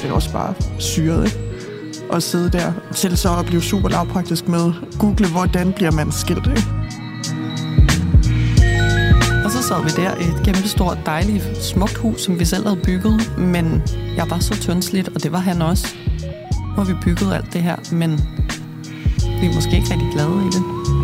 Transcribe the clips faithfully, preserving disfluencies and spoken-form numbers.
det også bare syret, ikke? At sidde der til så at blive super lavpraktisk med google, hvordan bliver man skilt, ikke? Og så sad vi der i et kæmpestort, dejligt, smukt hus, som vi selv havde bygget, men jeg var så tyndslidt, og det var han også. Nu har vi bygget alt det her, men vi er måske ikke rigtig glade i det.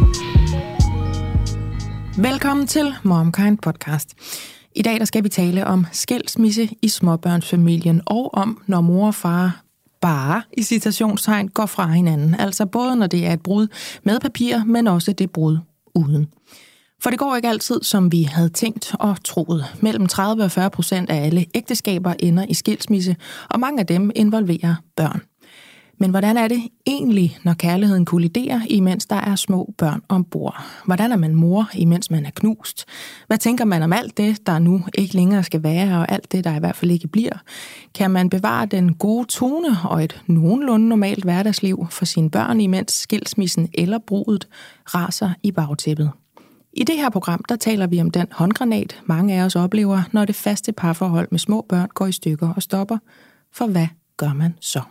Velkommen til MomKind podcast. I dag der skal vi tale om skilsmisse i småbørnsfamilien, og om når mor og far bare i citationstegn går fra hinanden. Altså både når det er et brud med papir, men også det brud uden. For det går ikke altid, som vi havde tænkt og troet. Mellem tredive og fyrre procent af alle ægteskaber ender i skilsmisse, og mange af dem involverer børn. Men hvordan er det egentlig, når kærligheden kolliderer, imens der er små børn ombord? Hvordan er man mor, imens man er knust? Hvad tænker man om alt det, der nu ikke længere skal være, og alt det, der i hvert fald ikke bliver? Kan man bevare den gode tone og et nogenlunde normalt hverdagsliv for sine børn, imens skilsmissen eller brudet raser i bagtæppet? I det her program, der taler vi om den håndgranat, mange af os oplever, når det faste parforhold med små børn går i stykker og stopper. For hvad gør man så?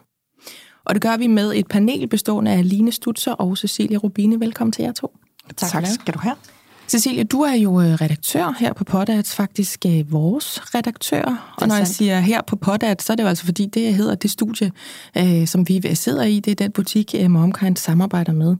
Og det gør vi med et panel bestående af Line Stutzer og Cecilie Rubine. Velkommen til jer to. Tak, tak skal du have. Cecilie, du er jo redaktør her på Podat, faktisk vores redaktør. Og når jeg siger her på Podat, så er det jo altså fordi, det hedder det studie, øh, som vi sidder i. Det er den butik, øh, MomKind samarbejder med.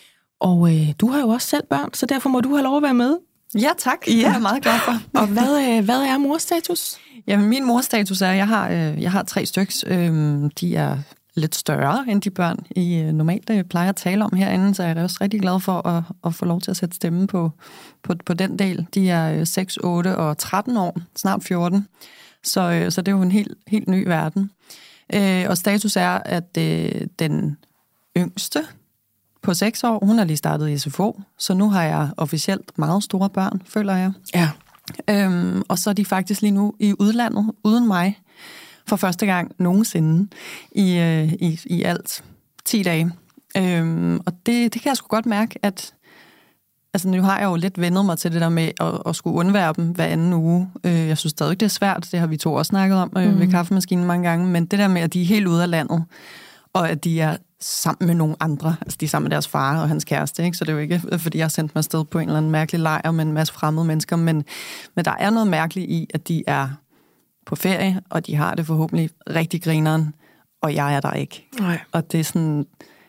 Og øh, du har jo også selv børn, så derfor må du have lov at være med. Ja, tak. Ja. Det er jeg meget glad for. Og hvad, øh, hvad er morstatus? Jamen, min morstatus er, at jeg har, øh, jeg har tre styks. Øh, de er lidt større end de børn, I øh, normalt øh, plejer at tale om herinde, så jeg er også rigtig glad for at, at få lov til at sætte stemme på, på, på den del. De er øh, seks, otte og tretten år, snart fjorten, så, øh, så det er jo en helt, helt ny verden. Øh, og status er, at øh, den yngste på seks år, hun er lige startet i S F O, så nu har jeg officielt meget store børn, føler jeg. Ja. Øhm, og så er de faktisk lige nu i udlandet, uden mig, for første gang nogensinde i, øh, i, i alt ti dage. Øhm, og det, det kan jeg sgu godt mærke, at altså, nu har jeg jo lidt vendet mig til det der med at, at skulle undvære dem hver anden uge. Øh, jeg synes stadig, det er svært, det har vi to også snakket om øh, mm. ved kaffemaskinen mange gange, men det der med, at de er helt ude af landet, og at de er sammen med nogle andre, altså de er sammen med deres far og hans kæreste, ikke? Så det er jo ikke, fordi jeg har sendt mig afsted på en eller anden mærkelig lejr med en masse fremmede mennesker, men, men der er noget mærkeligt i, at de er på ferie, og de har det forhåbentlig rigtig grineren, og jeg er der ikke. Nej. Og det er sådan,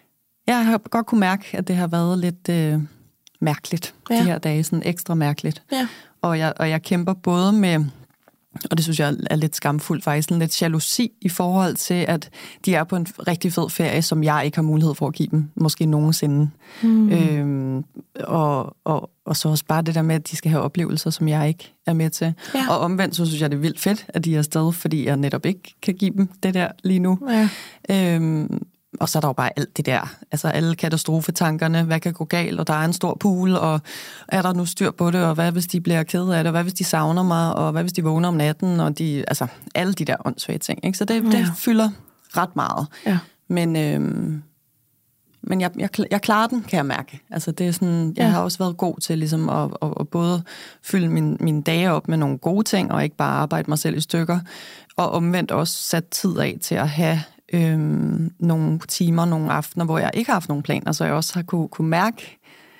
jeg har godt kunne mærke, at det har været lidt øh, mærkeligt, ja. De her dage, sådan ekstra mærkeligt. Ja. Og, jeg, og jeg kæmper både med, og det synes jeg er lidt skamfuldt faktisk, lidt jalousi i forhold til, at de er på en rigtig fed ferie, som jeg ikke har mulighed for at give dem, måske nogensinde. Mm. Øhm, og, og, og så også bare det der med, at de skal have oplevelser, som jeg ikke er med til. Ja. Og omvendt, så synes jeg, det er vildt fedt, at de er afsted, fordi jeg netop ikke kan give dem det der lige nu. Ja. Øhm, og så er der jo bare alt det der, altså alle katastrofetankerne, hvad kan gå galt, og der er en stor pool, og er der nu styr på det, og hvad hvis de bliver kede af det, og hvad hvis de savner mig, og hvad hvis de vågner om natten, og de, altså alle de der åndssvage ting, ikke? Så det, ja. det fylder ret meget. Ja. Men, øhm, men jeg, jeg, jeg klarer den, kan jeg mærke. Altså det er sådan, jeg ja. har også været god til ligesom at, at, at både fylde min, mine dage op med nogle gode ting, og ikke bare arbejde mig selv i stykker, og omvendt også sat tid af til at have Øhm, nogle timer, nogle aftener, hvor jeg ikke har haft nogen planer, så jeg også har kunne, kunne mærke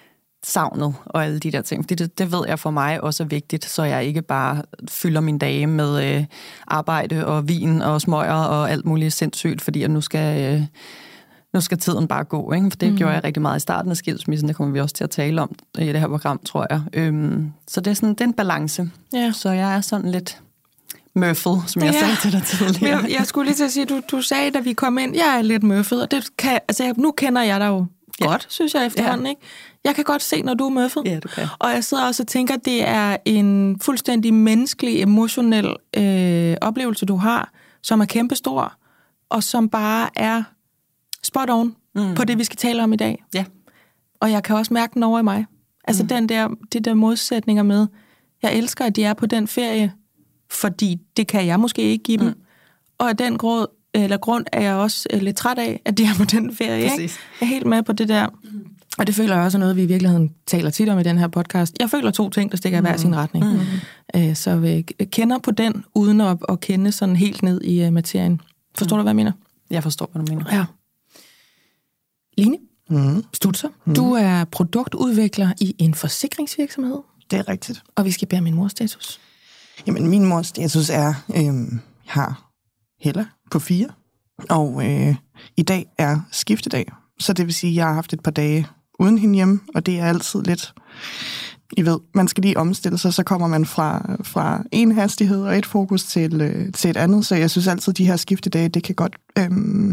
savnet og alle de der ting. Fordi det, det ved jeg for mig også er vigtigt, så jeg ikke bare fylder mine dage med øh, arbejde og vin og smøger og alt muligt sindssygt, fordi jeg nu skal, øh, nu skal tiden bare gå. Ikke? For det mm. gjorde jeg rigtig meget i starten af skilsmissen, det kommer vi også til at tale om i det her program, tror jeg. Øhm, så det er sådan, det er en balance. Ja. Så jeg er sådan lidt møffet, som jeg ja. sagde til dig tidligere. Jeg, jeg skulle lige til at sige, du, du sagde, da vi kom ind, jeg er lidt møffet, og det kan, altså, nu kender jeg dig jo ja. godt, synes jeg efterhånden, ja. ikke? Jeg kan godt se, når du er møffet. Ja, du kan. Og jeg sidder også og tænker, at det er en fuldstændig menneskelig, emotionel øh, oplevelse, du har, som er kæmpestor, og som bare er spot on mm. på det, vi skal tale om i dag. Ja. Og jeg kan også mærke den over i mig. Altså mm. den der, de der modsætninger med, jeg elsker, at de er på den ferie, fordi det kan jeg måske ikke give dem. Mm. Og af den grund, eller grund er jeg også lidt træt af, at de er på den ferie. Ikke? Jeg er helt med på det der. Og det føler jeg også er noget, vi i virkeligheden taler tit om i den her podcast. Jeg føler to ting, der stikker i hver sin retning. Mm. Så vi kender på den, uden at, at kende sådan helt ned i materien. Forstår mm. du, hvad jeg mener? Jeg forstår, hvad du mener. Ja. Line Mm. Stutzer, Mm. du er produktudvikler i en forsikringsvirksomhed. Det er rigtigt. Og vi skal bære min mors status. Jamen, min mors status er, øh, jeg har Hella på fire, og øh, i dag er skiftedag. Så det vil sige, at jeg har haft et par dage uden hende hjemme, og det er altid lidt... I ved, man skal lige omstille sig, så kommer man fra, fra en hastighed og et fokus til, øh, til et andet. Så jeg synes altid, at de her skiftedage, det kan godt... Øh,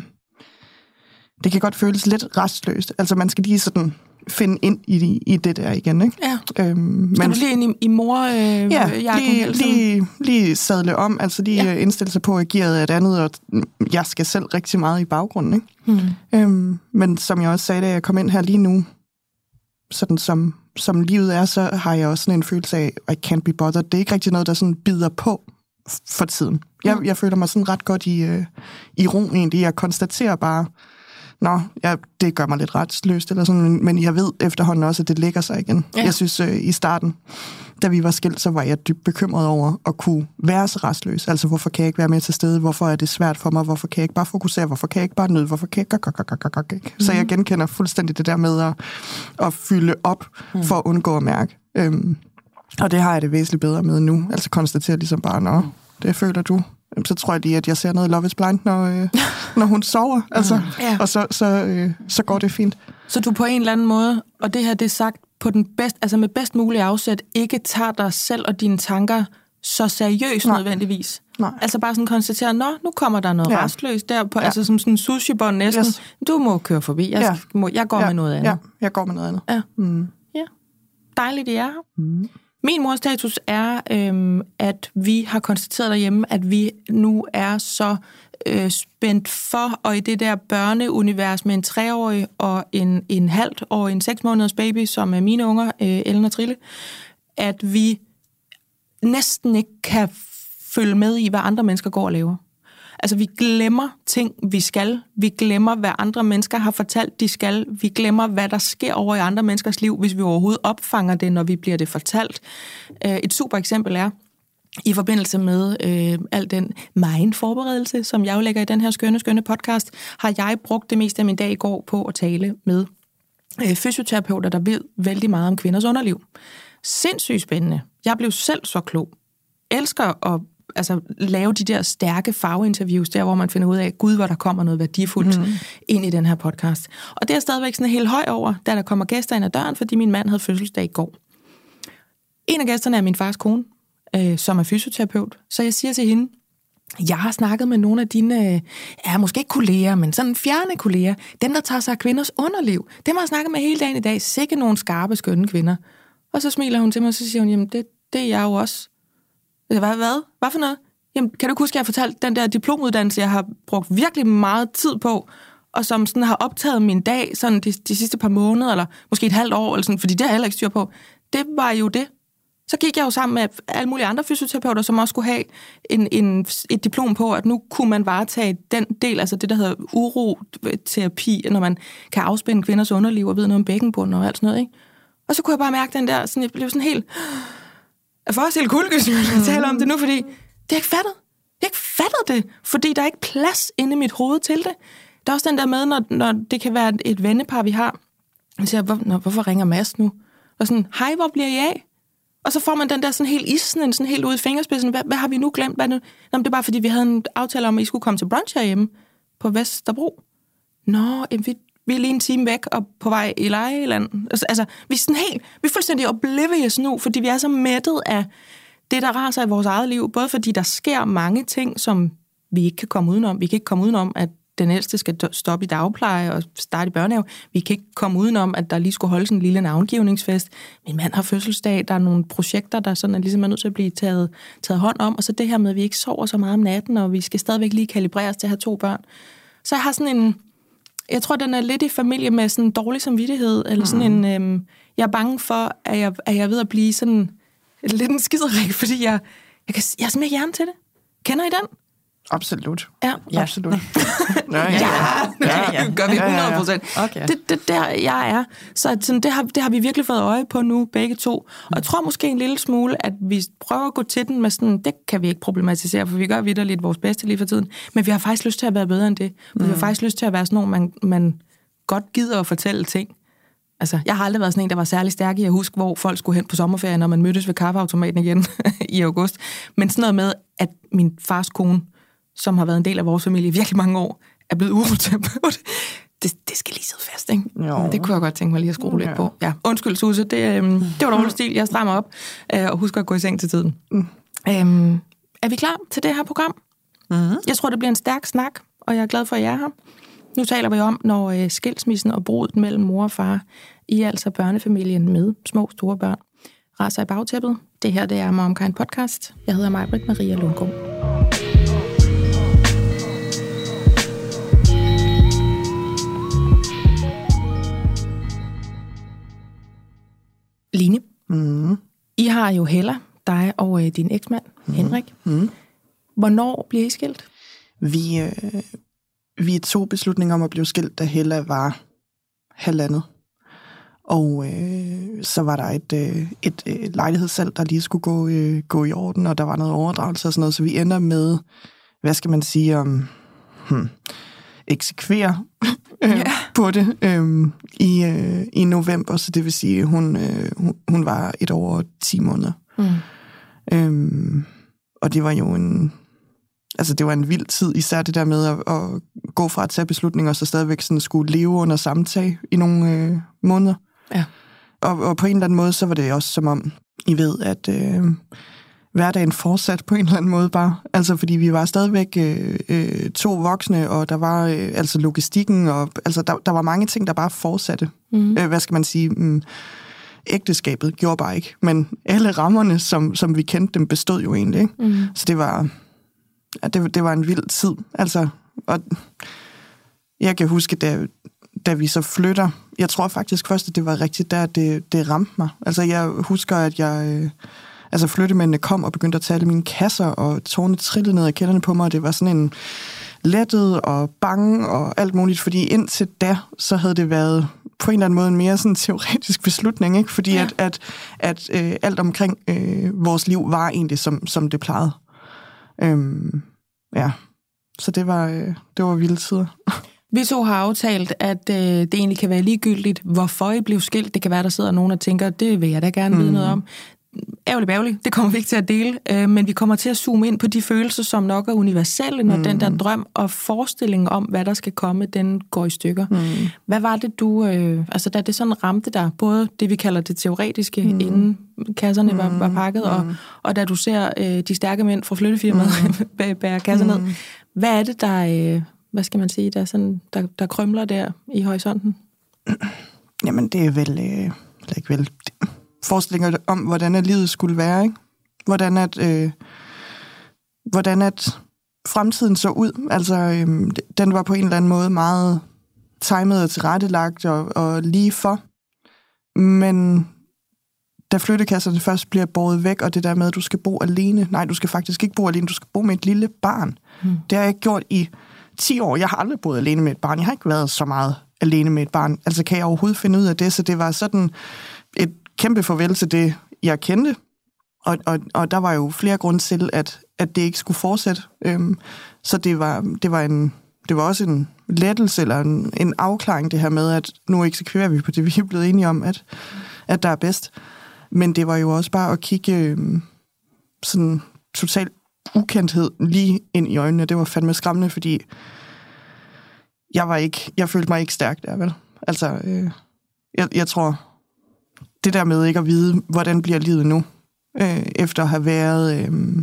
det kan godt føles lidt restløst. Altså, man skal lige sådan finde ind i, i det der igen, ikke? Ja. Øhm, skal man, du lige ind i, i mor øh, ja, Jacob, lige, lige, lige sadle om, altså lige ja. indstille sig på, at gearet er et andet, og jeg skal selv rigtig meget i baggrunden, ikke? Hmm. Øhm, men som jeg også sagde, da jeg kom ind her lige nu, sådan som, som livet er, så har jeg også sådan en følelse af, I can't be bothered. Det er ikke rigtig noget, der sådan bider på for tiden. Jeg, jeg føler mig sådan ret godt i, øh, i ro egentlig. Jeg konstaterer bare, nå, ja, det gør mig lidt retsløst, eller sådan, men jeg ved efterhånden også, at det lægger sig igen. Ja. Jeg synes, øh, i starten, da vi var skilt, så var jeg dybt bekymret over at kunne være så restløs. Altså, hvorfor kan jeg ikke være med til stede? Hvorfor er det svært for mig? Hvorfor kan jeg ikke bare fokusere? Hvorfor kan jeg ikke bare nyde? Hvorfor kan jeg ikke? Mm. Så jeg genkender fuldstændig det der med at, at fylde op mm. for at undgå at mærke. Øhm, og det har jeg det væsentligt bedre med nu. Altså konstaterer ligesom bare, nå, det føler du. Så tror jeg lige, at jeg ser noget Love is Blind, når, øh, når hun sover. Altså, ja. Og så, så, øh, så går det fint. Så du på en eller anden måde, og det her det er sagt på den bedst, altså med bedst mulig afsæt, ikke tager dig selv og dine tanker så seriøst Nej. nødvendigvis. Nej. Altså bare sådan konstatere, nå, nu kommer der noget ja. restløst der, på, ja. altså som sådan en sushi-bånd næsten. Yes. Du må køre forbi, jeg, ja. må, jeg går ja. med noget andet. Ja, jeg går med noget andet. Ja, mm. ja. Dejligt, det er her. Mm. Min mors status er, øhm, at vi har konstateret derhjemme, at vi nu er så øh, spændt for, og i det der børneunivers med en treårig og en, en halvt og en seks måneders baby, som er mine unger, øh, Ellen og Trille, at vi næsten ikke kan følge med i, hvad andre mennesker går og laver. Altså, vi glemmer ting, vi skal. Vi glemmer, hvad andre mennesker har fortalt, de skal. Vi glemmer, hvad der sker over i andre menneskers liv, hvis vi overhovedet opfanger det, når vi bliver det fortalt. Et super eksempel er, i forbindelse med øh, al den megen forberedelse, som jeg jo lægger i den her skønne, skønne podcast, har jeg brugt det meste af min dag i går på at tale med øh, fysioterapeuter, der ved vældig meget om kvinders underliv. Sindssygt spændende. Jeg blev selv så klog. Elsker at altså, lave de der stærke farveinterviews, der hvor man finder ud af, gud, hvor der kommer noget værdifuldt mm. ind i den her podcast. Og det er stadigvæk sådan helt høj over, da der kommer gæster ind ad døren, fordi min mand havde fødselsdag i går. En af gæsterne er min fars kone, øh, som er fysioterapeut. Så jeg siger til hende, jeg har snakket med nogle af dine, ja, måske ikke kolleger, men sådan fjerne kolleger, dem, der tager sig af kvinders underliv. Dem har jeg snakket med hele dagen i dag. Sikke nogle skarpe, skønne kvinder. Og så smiler hun til mig, og så siger hun, jamen, det, det er jeg jo også. Hvad? Hvad? Hvad for noget? Jamen, kan du huske, at jeg har fortalt den der diplomuddannelse, jeg har brugt virkelig meget tid på, og som sådan har optaget min dag sådan de, de sidste par måneder, eller måske et halvt år, eller sådan, fordi det har jeg heller ikke styr på. Det var jo det. Så gik jeg jo sammen med alle mulige andre fysioterapeuter, som også skulle have en, en, et diplom på, at nu kunne man varetage den del, altså det, der hedder uroterapi, når man kan afspænde kvinders underliv og ved noget om bækkenbund og alt sådan noget, ikke? Og så kunne jeg bare mærke den der, sådan, jeg blev sådan helt... Jeg får også helt kuldegysning, når jeg taler om det nu, fordi det er ikke fattet. Jeg har ikke fattet det, fordi der er ikke plads inde i mit hoved til det. Der er også den der med, når, når det kan være et vennepar, vi har. Jeg siger, hvor, når, hvorfor ringer Mads nu? Og sådan, hej, hvor bliver I af? Og så får man den der sådan helt isen, sådan helt ude i fingerspidsen. Hvad, hvad har vi nu glemt? Hvad nu? Nå, det er bare, fordi vi havde en aftale om, at I skulle komme til brunch herhjemme på Vesterbro. Nå, jamen, vi, vi er lige en time væk og på vej i Lejeland. Altså, vi er sådan helt, vi er fuldstændig oblivious nu, fordi vi er så mættet af det, der raser i vores eget liv. Både fordi der sker mange ting, som vi ikke kan komme udenom. Vi kan ikke komme udenom, at den ældste skal stoppe i dagpleje og starte i børnehave. Vi kan ikke komme udenom, at der lige skulle holde sådan en lille navngivningsfest. Min mand har fødselsdag, der er nogle projekter, der sådan er ligesom er nødt til at blive taget, taget hånd om, og så det her med, at vi ikke sover så meget om natten, og vi skal stadigvæk lige kalibreres til at have to børn. Så jeg har sådan en, jeg tror, den er lidt i familie med sådan en dårlig samvittighed, eller sådan en, øhm, jeg er bange for, at jeg, at jeg er ved at blive sådan lidt en skiderik, fordi jeg, jeg, kan, jeg er simpelthen ikke hjerne til det. Kender I den? Absolut. Ja, ja. Absolut. ja, ja, ja, ja, ja. Det gør vi hundrede procent. Ja, ja. Okay. Det, det der, jeg er. Så sådan, det, har, det har vi virkelig fået øje på nu, begge to. Og jeg tror måske en lille smule, at vi prøver at gå til den med sådan, det kan vi ikke problematisere, for vi gør vitterligt vores bedste lige for tiden. Men vi har faktisk lyst til at være bedre end det. Mm. Vi har faktisk lyst til at være sådan nogen, man, man godt gider at fortælle ting. Altså, jeg har aldrig været sådan en, der var særlig stærk i at huske, hvor folk skulle hen på sommerferien, når man mødtes ved kaffeautomaten igen i august. Men sådan noget med, at min fars kone, som har været en del af vores familie i virkelig mange år, er blevet uroterapeut. Det, det skal lige sidde fast, ikke? Jo. Det kunne jeg godt tænke mig lige at skrue ja. lidt på. Ja. Undskyld, Susse, det, øhm, det var dårlig stil. Jeg strammer op øh, og husker at gå i seng til tiden. Mm. Øhm, er vi klar til det her program? Mm-hmm. Jeg tror, det bliver en stærk snak, og jeg er glad for, at I er her. Nu taler vi om, når øh, skilsmissen og bruddet mellem mor og far, I er altså børnefamilien med små store børn, raser i bagtæppet. Det her, det er MomKind Podcast. Jeg hedder Maj-Britt Maria Lundgaard. Line, mm. I har jo Hella, dig og øh, din eksmand, mm. Henrik. Mm. Hvornår bliver I skilt? Vi, øh, vi tog beslutningen om at blive skilt, da Hella var halvandet. Og øh, så var der et, øh, et øh, lejlighedssalg, der lige skulle gå, øh, gå i orden, og der var noget overdragelse og sådan noget, så vi ender med, hvad skal man sige, om hmm, eksekvere øh, yeah. på det øh, i, øh, i november, så det vil sige, hun, øh, hun, hun var et år og ti måneder. Mm. Øh, og det var jo en, altså det var en vild tid, især det der med at, at gå fra at tage beslutninger, og så stadigvæk sådan skulle leve under samtale i nogle øh, måneder. Ja. Og, og på en eller anden måde, så var det også som om, I ved, at øh, hverdagen fortsat på en eller anden måde bare. Altså, fordi vi var stadigvæk øh, øh, to voksne, og der var øh, altså logistikken, og altså, der, der var mange ting, der bare fortsatte. Mm. Øh, hvad skal man sige? Mm, ægteskabet gjorde bare ikke, men alle rammerne, som, som vi kendte dem, bestod jo egentlig, ikke? Mm. Så det var, ja, det, det var en vild tid. Altså, og jeg kan huske, da da vi så flytter, jeg tror faktisk først, at det var rigtigt der, det, det ramte mig. Altså, jeg husker, at jeg, øh, altså flyttemændene kom og begyndte at tage alle mine kasser, og tårne trillede ned ad kælderne på mig, og det var sådan en lettet og bange og alt muligt, fordi indtil da, så havde det været på en eller anden måde en mere sådan teoretisk beslutning, ikke? Fordi ja. at, at, at øh, alt omkring øh, vores liv var egentlig, som, som det plejede. Øhm, ja, så det var, øh, det var vilde tider. Vi to har aftalt, at øh, det egentlig kan være ligegyldigt, hvorfor I blev skilt. Det kan være, der sidder nogen og tænker, det vil jeg da gerne vide mm. noget om. Ærgerligt, ærgerligt. Det kommer vi ikke til at dele. Øh, men vi kommer til at zoome ind på de følelser, som nok er universelle, når mm. den der drøm og forestilling om, hvad der skal komme, den går i stykker. Mm. Hvad var det, du... Øh, altså, da det sådan ramte dig, både det, vi kalder det teoretiske, mm. inden kasserne mm. var, var pakket, mm. og, og da du ser øh, de stærke mænd fra flyttefirmaet mm. bære kasser ned. Mm. Hvad er det, der... Øh, hvad skal man sige, der, sådan, der, der krømler der i horisonten? Jamen, det er vel, øh, eller ikke vel, forestillinger om, hvordan at livet skulle være, ikke? Hvordan at, øh, hvordan at fremtiden så ud. Altså, øh, den var på en eller anden måde meget timet og tilrettelagt og, og lige for. Men da flyttekasserne først bliver båret væk, og det der med, at du skal bo alene. Nej, du skal faktisk ikke bo alene, du skal bo med et lille barn. Hmm. Det har jeg ikke gjort i ti år. Jeg har aldrig boet alene med et barn. Jeg har ikke været så meget alene med et barn. Altså, kan jeg overhovedet finde ud af det? Så det var sådan et kæmpe farvel til det, jeg kendte. Og, og, og der var jo flere grunde til, at, at det ikke skulle fortsætte. Øhm, så det var, det, var en, det var også en lettelse, eller en, en afklaring, det her med, at nu eksekverer vi på det, vi er blevet enige om, at, at der er bedst. Men det var jo også bare at kigge øhm, sådan totalt ukendthed lige ind i øjnene. Det var fandme skræmmende, fordi jeg var ikke, jeg følte mig ikke stærk der, vel? Altså, øh, jeg, jeg tror, det der med ikke at vide, hvordan bliver livet nu, øh, efter at have været øh,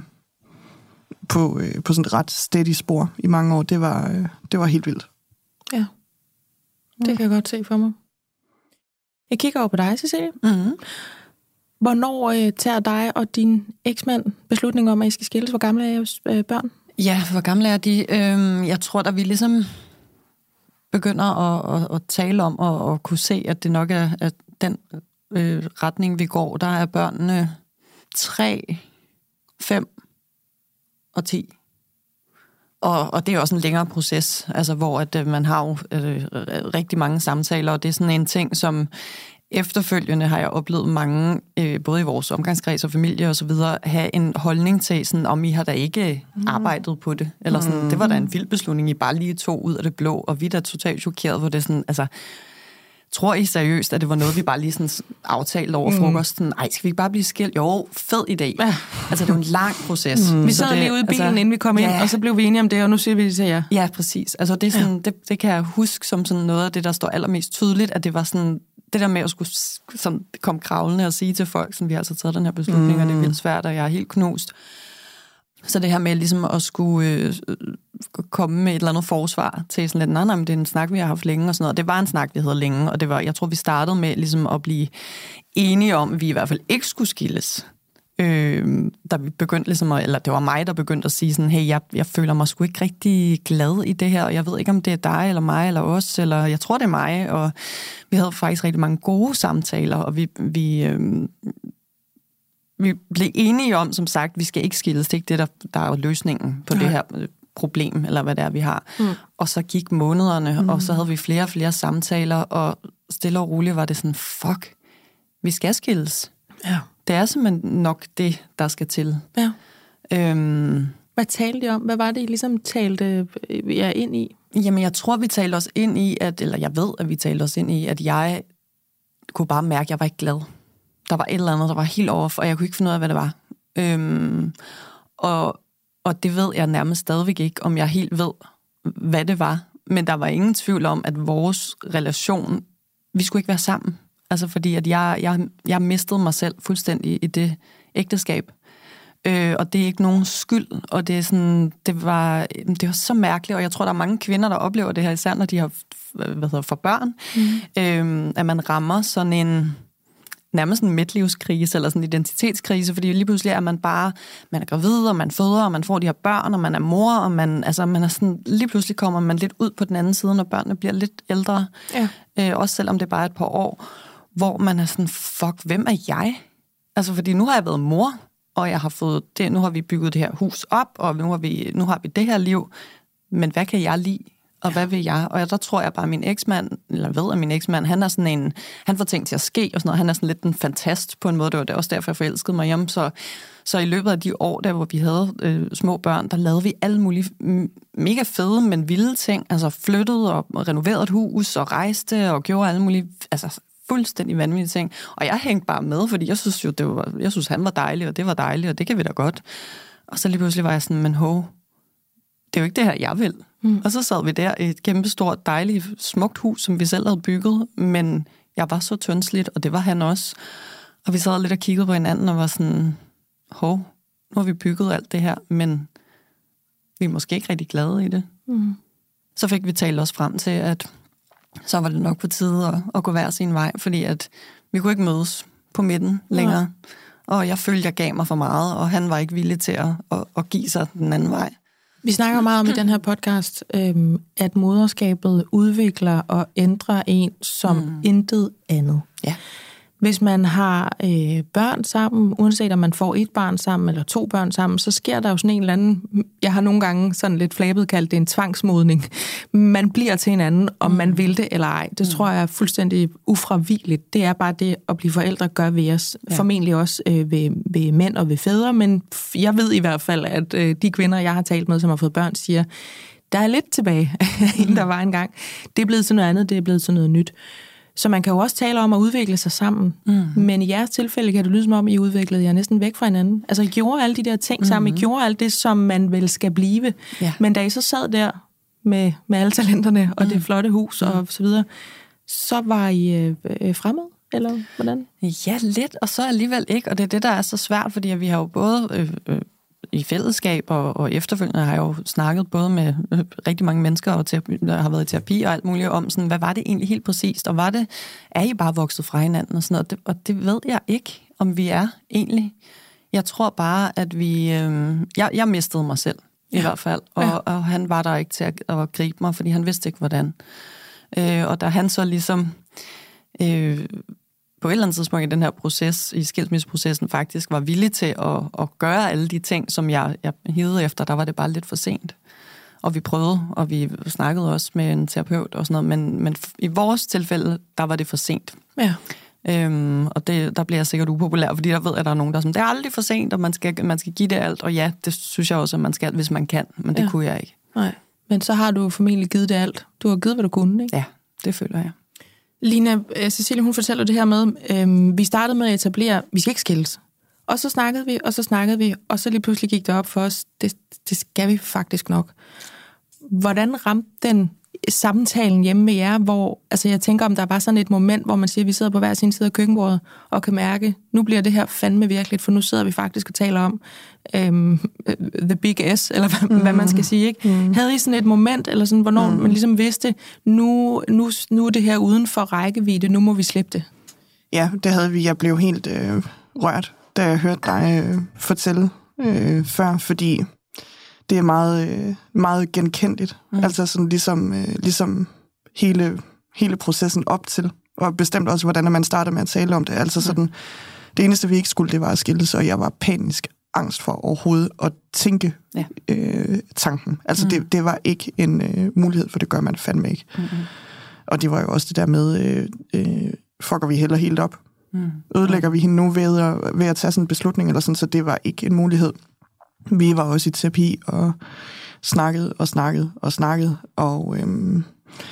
på, øh, på sådan et ret steady spor i mange år, det var, øh, det var helt vildt. Ja, det kan jeg godt se for mig. Jeg kigger over på dig, Cecilie. Mm-hmm. Hvornår øh, tager dig og din eksmand beslutning om, at I skal skilles? Hvor gamle er jeres øh, børn? Ja, hvor gamle er de? Øhm, jeg tror, at vi ligesom begynder at, at, at tale om og, og kunne se, at det nok er at den øh, retning, vi går. Der er børnene tre, fem og ti. Og, og det er også en længere proces, altså hvor at, øh, man har jo øh, rigtig mange samtaler, og det er sådan en ting, som efterfølgende har jeg oplevet mange, øh, både i vores omgangskreds og familie og så videre, have en holdning til, sådan, om I har da ikke mm. arbejdet på det. Eller sådan, mm. det var da en vild beslutning, I bare lige tog ud af det blå, og vi er da totalt chokeret, hvor det er sådan, altså, tror I seriøst, at det var noget, vi bare lige sådan aftalte over mm. frokosten? Ej, skal vi ikke bare blive skilt? Jo, fed idé. Ja. Altså, det er jo en lang proces. Mm. Vi sad lige ude i bilen, altså, inden vi kom ind, ja. Og så blev vi enige om det, og nu siger vi det til jer. Ja, præcis. Altså, det, er sådan, ja. det, det kan jeg huske som sådan noget af det, der står allermest tydeligt, at det var sådan, det der med at skulle sådan, komme kravlende og sige til folk, som vi har altså taget den her beslutning, mm. og det er vildt svært, og jeg er helt knust. Så det her med ligesom at skulle øh, komme med et eller andet forsvar til sådan lidt, nej, nej, men det er en snak, vi har haft længe og sådan noget. Det var en snak, vi havde længe, og det var, jeg tror, vi startede med ligesom at blive enige om, at vi i hvert fald ikke skulle skilles. Øh, der vi begyndte ligesom at, eller det var mig, der begyndte at sige sådan, hey, jeg, jeg føler mig sgu ikke rigtig glad i det her, og jeg ved ikke, om det er dig, eller mig, eller os, eller jeg tror, det er mig, og vi havde faktisk rigtig mange gode samtaler, og vi, vi, øh, vi blev enige om, som sagt, vi skal ikke skilles, det er ikke det, der, der er løsningen på okay. det her problem, eller hvad det er, vi har. Mm. Og så gik månederne, mm. og så havde vi flere og flere samtaler, og stille og roligt var det sådan, fuck, vi skal skilles. Ja. Det er simpelthen nok det, der skal til. Ja. Øhm, Hvad talte I om? Hvad var det, I ligesom talte jer ind i? Jamen, jeg tror, vi talte os ind i, at, eller jeg ved, at vi talte os ind i, at jeg kunne bare mærke, at jeg var ikke glad. Der var et eller andet, der var helt over, og jeg kunne ikke finde ud af, hvad det var. Øhm, og, og det ved jeg nærmest stadigvæk ikke, om jeg helt ved, hvad det var. Men der var ingen tvivl om, at vores relation, vi skulle ikke være sammen. Altså fordi, at jeg, jeg, jeg mistede mig selv fuldstændig i det ægteskab. Øh, og det er ikke nogen skyld, og det er sådan, det var, det var så mærkeligt, og jeg tror, der er mange kvinder, der oplever det her, især når de har, hvad hedder, for børn, mm. øh, at man rammer sådan en, nærmest en midtlivskrise, eller sådan en identitetskrise, fordi lige pludselig er man bare, man er gravid, og man føder, og man får de her børn, og man er mor, og man, altså, man er sådan, lige pludselig kommer man lidt ud på den anden side, når børnene bliver lidt ældre, ja. øh, også selvom det er bare et par år, hvor man er sådan, fuck, hvem er jeg? Altså, fordi nu har jeg været mor, og jeg har fået det, nu har vi bygget det her hus op, og nu har vi, nu har vi det her liv, men hvad kan jeg lide? Og hvad vil jeg? Og der tror jeg bare, at min eksmand, eller ved at min eksmand, han er sådan en, han får ting til at ske, og sådan noget. Han er sådan lidt en fantast på en måde. Det var det også derfor, jeg forelskede mig hjemme. Så, så i løbet af de år, der hvor vi havde øh, små børn, der lavede vi alle mulige mega fede, men vilde ting. Altså flyttede og renoverede et hus, og rejste og gjorde alle mulige, altså fuldstændig vanvittige ting. Og jeg hængte bare med, fordi jeg synes jo, det var, jeg synes, han var dejlig, og det var dejligt, og det kan vi da godt. Og så lige pludselig var jeg sådan, men ho, det er jo ikke det her, jeg vil. Mm. Og så sad vi der i et kæmpestort, dejligt, smukt hus, som vi selv havde bygget, men jeg var så tyndsligt, og det var han også. Og vi sad lidt og kiggede på hinanden og var sådan, hov, nu har vi bygget alt det her, men vi er måske ikke rigtig glade i det. Mm. Så fik vi talt os frem til, at så var det nok på tide at, at gå hver sin vej, fordi at vi kunne ikke mødes på midten længere. Ja. Og jeg følte, jeg gav mig for meget, og han var ikke villig til at, at, at give sig den anden vej. Vi snakker meget om i den her podcast, øhm, at moderskabet udvikler og ændrer en som mm. intet andet. Ja. Hvis man har øh, børn sammen, uanset om man får et barn sammen eller to børn sammen, så sker der jo sådan en eller anden, jeg har nogle gange sådan lidt flabet kaldt det en tvangsmodning. Man bliver til hinanden, om mm. man vil det eller ej. Det mm. tror jeg er fuldstændig ufravigeligt. Det er bare det at blive forældre gør ved os. Ja. Formentlig også øh, ved, ved mænd og ved fædre, men jeg ved i hvert fald, at øh, de kvinder, jeg har talt med, som har fået børn, siger, der er lidt tilbage, end der var engang. Det er blevet til noget andet, det er blevet til noget nyt. Så man kan jo også tale om at udvikle sig sammen. Mm. Men i jeres tilfælde kan det lyde som om, I udviklede jer næsten væk fra hinanden. Altså, I gjorde alle de der ting sammen. Mm. I gjorde alt det, som man vel skal blive. Ja. Men da I så sad der med, med alle talenterne og mm. det flotte hus mm. og så videre, så var I øh, øh, fremmed, eller hvordan? Ja, lidt, og så alligevel ikke. Og det er det, der er så svært, fordi vi har jo både øh, øh, i fællesskab og, og efterfølgende har jeg jo snakket både med øh, rigtig mange mennesker, og terapi, der har været i terapi og alt muligt om, sådan, hvad var det egentlig helt præcist? Og var det, er I bare vokset fra hinanden og sådan noget? Og det, og det ved jeg ikke, om vi er egentlig. Jeg tror bare, at vi... Øh, jeg, jeg mistede mig selv, i ja. hvert fald. Og, ja. og han var der ikke til at, at gribe mig, fordi han vidste ikke, hvordan. Øh, og da han så ligesom... Øh, på et eller andet tidspunkt i den her proces, i skilsmisseprocessen faktisk, var villig til at, at gøre alle de ting, som jeg, jeg hidede efter, der var det bare lidt for sent. og vi prøvede, og vi snakkede også med en terapeut og sådan noget, men, men i vores tilfælde, der var det for sent. Ja. Øhm, og det, der bliver jeg sikkert upopulær, fordi der ved, at der er nogen, der er sådan, det er aldrig for sent, og man skal, man skal give det alt, og ja, det synes jeg også, at man skal, hvis man kan, men det ja. kunne jeg ikke. Nej, men så har du formentlig givet det alt. Du har givet, hvad du kunne, ikke? Ja, det føler jeg. Lina, Cecilie, hun fortæller det her med, øhm, vi startede med at etablere, vi skal ikke skilles. Og så snakkede vi, og så snakkede vi, og så lige pludselig gik det op for os, det, det skal vi faktisk nok. Hvordan ramte den samtalen hjemme med jer, hvor, altså jeg tænker, om der var sådan et moment, hvor man siger, at vi sidder på hver sin side af køkkenbordet, og kan mærke, nu bliver det her fandme virkeligt, for nu sidder vi faktisk og taler om øhm, the big S, eller hvad, mm. hvad man skal sige, ikke? Mm. Havde I sådan et moment, eller sådan, hvornår mm. man ligesom vidste, nu, nu, nu er det her uden for rækkevidde, nu må vi slippe det? Ja, det havde vi. Jeg blev helt øh, rørt, da jeg hørte dig øh, fortælle øh, før, fordi det er meget, øh, meget genkendeligt. Mm. Altså sådan ligesom, øh, ligesom hele, hele processen op til, og bestemt også, hvordan man starter med at tale om det. Altså sådan, mm. det eneste, vi ikke skulle, det var at skilles, og jeg var panisk angst for overhovedet at tænke ja. øh, tanken. Altså mm. det, det var ikke en øh, mulighed, for det gør man fandme ikke. Mm. Og det var jo også det der med, øh, øh, fucker vi heller helt op. Mm. Ødelægger vi hende nu ved at, ved at tage sådan en beslutning, eller sådan, så det var ikke en mulighed. Vi var også i terapi og snakkede og snakkede og snakkede, og øhm,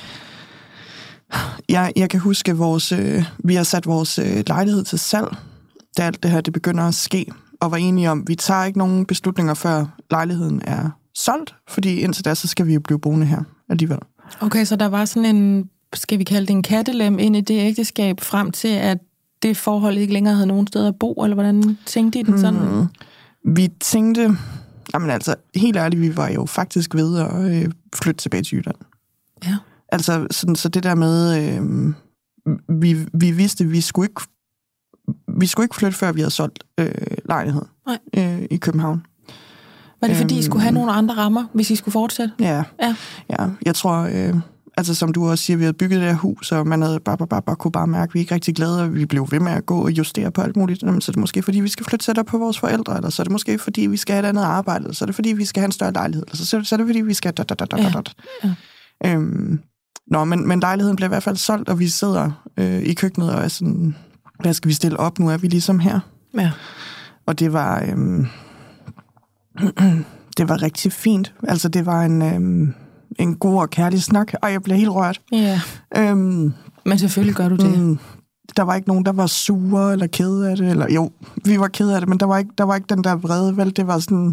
jeg, jeg kan huske, vores, øh, vi har sat vores øh, lejlighed til salg, da alt det her det begynder at ske, og var enige om, vi tager ikke nogen beslutninger, før lejligheden er solgt, fordi indtil da, så skal vi jo blive boende her alligevel. Okay, så der var sådan en, skal vi kalde det en kattelem ind i det ægteskab, frem til, at det forhold ikke længere havde nogen steder at bo, eller hvordan tænkte I den sådan? Hmm. Vi tænkte, jamen altså, helt ærligt, vi var jo faktisk ved at øh, flytte tilbage til Jylland. Ja. Altså, sådan, så det der med, øh, vi, vi vidste, vi skulle ikke, vi skulle ikke flytte, før vi havde solgt øh, lejlighed øh, i København. Var det fordi, I skulle have nogle andre rammer, hvis I skulle fortsætte? Ja, ja. ja. Jeg tror, øh, altså som du også siger, vi havde bygget det her hus, og man havde bare, bare, bare, bare kunne bare mærke, at vi ikke rigtig glade, og vi blev ved med at gå og justere på alt muligt. Jamen, så er det måske, fordi vi skal flytte tættere på vores forældre, eller så er det måske, fordi vi skal have et andet arbejde, eller så er det, fordi vi skal have en større lejlighed, eller så, så er det, fordi vi skal... Dot, dot, dot, dot, dot. Ja. Ja. Øhm, nå, men, men lejligheden blev i hvert fald solgt, og vi sidder øh, i køkkenet og er sådan, hvad skal vi stille op? Nu er vi ligesom her. Ja. Og det var... Øh, det var rigtig fint. Altså, det var en... Øh, en god og kærlig snak, og jeg blev helt rørt. Ja. Øhm, Men selvfølgelig gør du det. Mm, der var ikke nogen, der var sure eller kede af det. Eller, jo, vi var kede af det, men der var ikke, der var ikke den der vrede, vel? Det var sådan...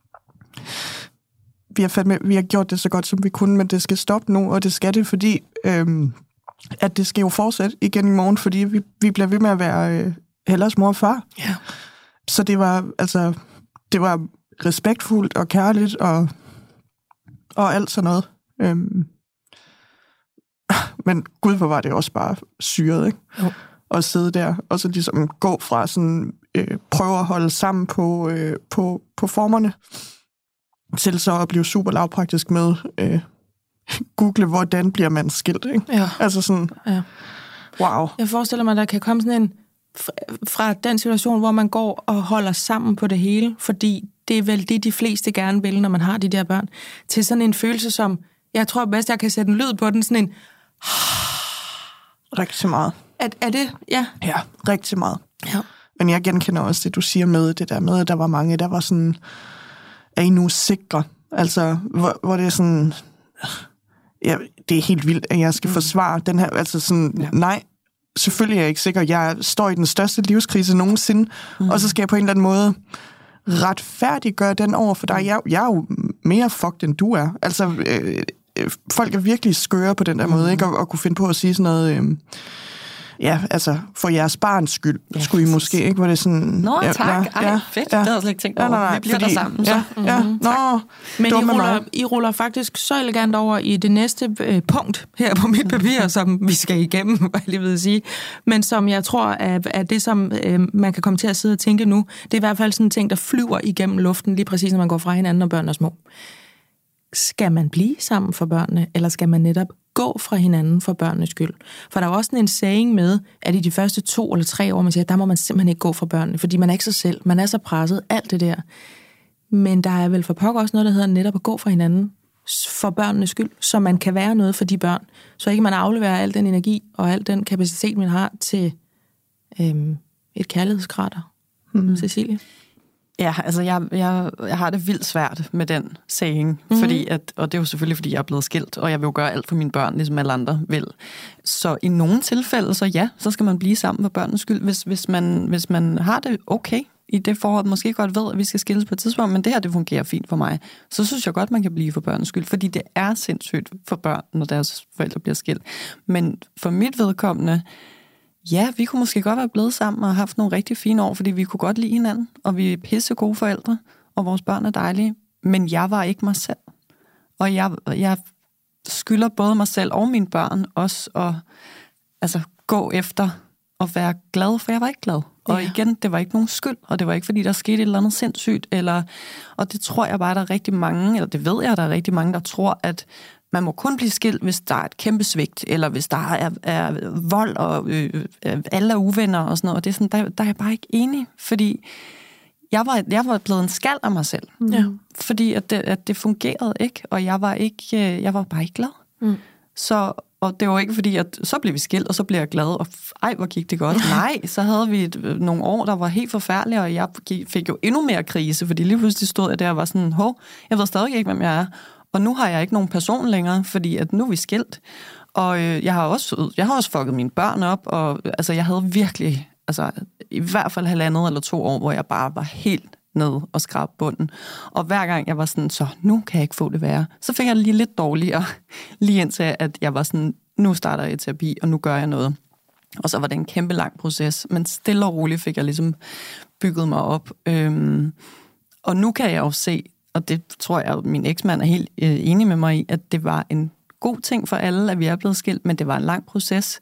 Vi har, fandme, vi har gjort det så godt, som vi kunne, men det skal stoppe nu, og det skal det, fordi øhm, at det skal jo fortsætte igen i morgen, fordi vi, vi bliver ved med at være øh, Hellas mor og far. Ja. Så det var, altså, det var respektfuldt og kærligt, og og alt sådan noget. Øhm. Men gud, hvor var det også bare syret, ikke? Jo. At sidde der, og så ligesom gå fra sådan, øh, prøve at holde sammen på, øh, på, på formerne, til så at blive super lavpraktisk med øh, google, hvordan bliver man skilt, ikke? Ja. Altså sådan, ja. Wow. Jeg forestiller mig, at der kan komme sådan en, fra den situation, hvor man går og holder sammen på det hele, fordi det er vel det, de fleste gerne vil, når man har de der børn, til sådan en følelse som, jeg tror bedst, jeg kan sætte en lyd på den, sådan en... Rigtig meget. Er, er det? Ja. Ja, rigtig meget. Ja. Men jeg genkender også det, du siger med det der med, at der var mange, der var sådan, er I nu sikre? Altså, hvor, hvor det er sådan, ja, det er helt vildt, at jeg skal mm. forsvare den her, altså sådan, ja. Nej, selvfølgelig er jeg ikke sikker. Jeg står i den største livskrise nogensinde, mm. og så skal jeg på en eller anden måde retfærdiggøre den over for dig. Jeg, jeg er jo mere fucked, end du er. Altså, øh, folk er virkelig skøre på den der mm. måde, ikke? Og, og kunne finde på at sige sådan noget... Øh, ja, altså, for jeres barns skyld, ja, skulle I måske, ikke? Hvor det sådan... Nå, ja, tak. Ja, Ej, ja, fedt. Ja, det havde jeg slet ikke tænkt over. Ja, nej, nej, vi bliver fordi, der sammen, så. Ja, mm-hmm. ja. Nå, men I ruller, I ruller faktisk så elegant over i det næste øh, punkt her på mit papir, som vi skal igennem, hvad jeg lige vil sige. Men som jeg tror er, er det, som øh, man kan komme til at sidde og tænke nu. Det er i hvert fald sådan en ting, der flyver igennem luften, lige præcis når man går fra hinanden, og børn er små. Skal man blive sammen for børnene, eller skal man netop gå fra hinanden for børnenes skyld? For der er også en saying med, at i de første to eller tre år, man siger, der må man simpelthen ikke gå fra børnene, fordi man er ikke sig selv, man er så presset, alt det der. Men der er vel for pokker også noget, der hedder netop at gå fra hinanden for børnenes skyld, så man kan være noget for de børn. Så ikke man afleverer al den energi og al den kapacitet, man har til øhm, et kærlighedskrater. Mm. Cecilie? Ja, altså jeg, jeg, jeg har det vildt svært med den saying, mm-hmm. fordi at, og det er jo selvfølgelig, fordi jeg er blevet skilt, og jeg vil jo gøre alt for mine børn, ligesom alle andre vil. Så i nogle tilfælde, så ja, så skal man blive sammen for børnenes skyld, hvis, hvis, man, hvis man har det okay i det forhold, måske godt ved, at vi skal skilles på et tidspunkt, men det her, det fungerer fint for mig, så synes jeg godt, man kan blive for børnenes skyld, fordi det er sindssygt for børn, når deres forældre bliver skilt. Men for mit vedkommende, ja, vi kunne måske godt være blevet sammen og haft nogle rigtig fine år, fordi vi kunne godt lide hinanden, og vi er pisse gode forældre, og vores børn er dejlige, men jeg var ikke mig selv. Og jeg, jeg skylder både mig selv og mine børn også at altså, gå efter at være glad, for jeg var ikke glad. Og ja. igen, det var ikke nogen skyld, og det var ikke, fordi der skete et eller andet sindssygt, eller, og det tror jeg bare, der er rigtig mange, eller det ved jeg, der er rigtig mange, der tror, at man må kun blive skilt, hvis der er et kæmpe svigt, eller hvis der er, er vold, og øh, alle er uvenner og sådan noget. Og det er sådan, der, der er jeg bare ikke enig, fordi jeg var, jeg var blevet en skald af mig selv. Ja. Fordi at det, at det fungerede ikke, og jeg var, ikke, jeg var bare ikke glad. Mm. Så, og det var ikke fordi, at så blev vi skilt, og så blev jeg glad, og ej, hvor gik det godt. Nej, så havde vi et, nogle år, der var helt forfærdelige, og jeg fik jo endnu mere krise, fordi lige pludselig stod jeg der og var sådan, hov, jeg ved stadig ikke, hvem jeg er. Og nu har jeg ikke nogen person længere, fordi at nu er vi skilt. Og øh, jeg har også jeg har også fucket mine børn op, og altså jeg havde virkelig, altså i hvert fald halvandet eller to år, hvor jeg bare var helt ned og skrab bunden. Og hver gang jeg var sådan, så nu kan jeg ikke få det værre, så fik jeg lige lidt dårligere, lige indtil at jeg var sådan, nu starter jeg i terapi, og nu gør jeg noget. Og så var det en kæmpe lang proces, men stille og roligt fik jeg ligesom bygget mig op. Øhm, og nu kan jeg jo se, og det tror jeg, at min eksmand er helt øh, enig med mig i, at det var en god ting for alle, at vi er blevet skilt, men det var en lang proces.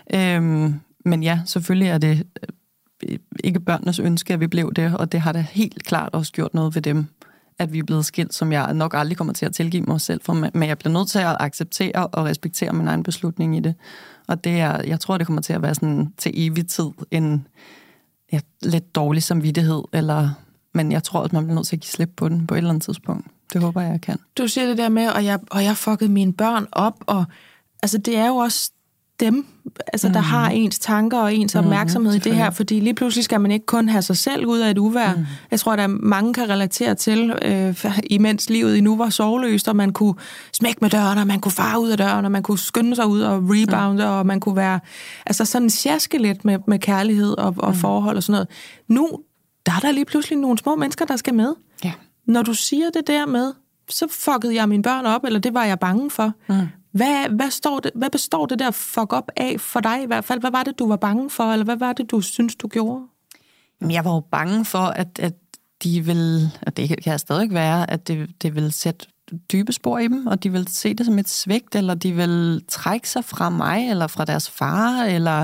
Øhm, men ja, selvfølgelig er det øh, ikke børnenes ønske, at vi blev det, og det har da helt klart også gjort noget ved dem, at vi er blevet skilt, som jeg nok aldrig kommer til at tilgive mig selv for, men jeg bliver nødt til at acceptere og respektere min egen beslutning i det. Og det er, jeg tror, det kommer til at være sådan til evig tid en ja, lidt dårlig samvittighed, eller... Men jeg tror, at man bliver nødt til at give slip på den på et eller andet tidspunkt. Det håber jeg, jeg kan. Du siger det der med, og jeg, og jeg fuckede mine børn op, og altså, det er jo også dem, altså, mm. der har ens tanker og ens opmærksomhed mm, i det her, fordi lige pludselig skal man ikke kun have sig selv ud af et uvejr. Mm. Jeg tror, at mange kan relatere til, øh, imens livet endnu var sorgløst, og man kunne smække med døren, og man kunne fare ud af døren, og man kunne skynde sig ud og rebounde, mm. og man kunne være altså sådan sjaske lidt med, med kærlighed og, og mm. forhold og sådan noget. Nu der er der lige pludselig nogle små mennesker, der skal med. Ja. Når du siger det der med, så fuckede jeg mine børn op, eller det var jeg bange for. Mm. Hvad, hvad, står det, hvad består det der fuck op af for dig i hvert fald? Hvad var det, du var bange for, eller hvad var det, du synes, du gjorde? Jamen, jeg var jo bange for, at, at de vil, og det kan jeg stadig være, at det, det vil sætte dybe spor i dem, og de vil se det som et svigt, eller de vil trække sig fra mig, eller fra deres far, eller...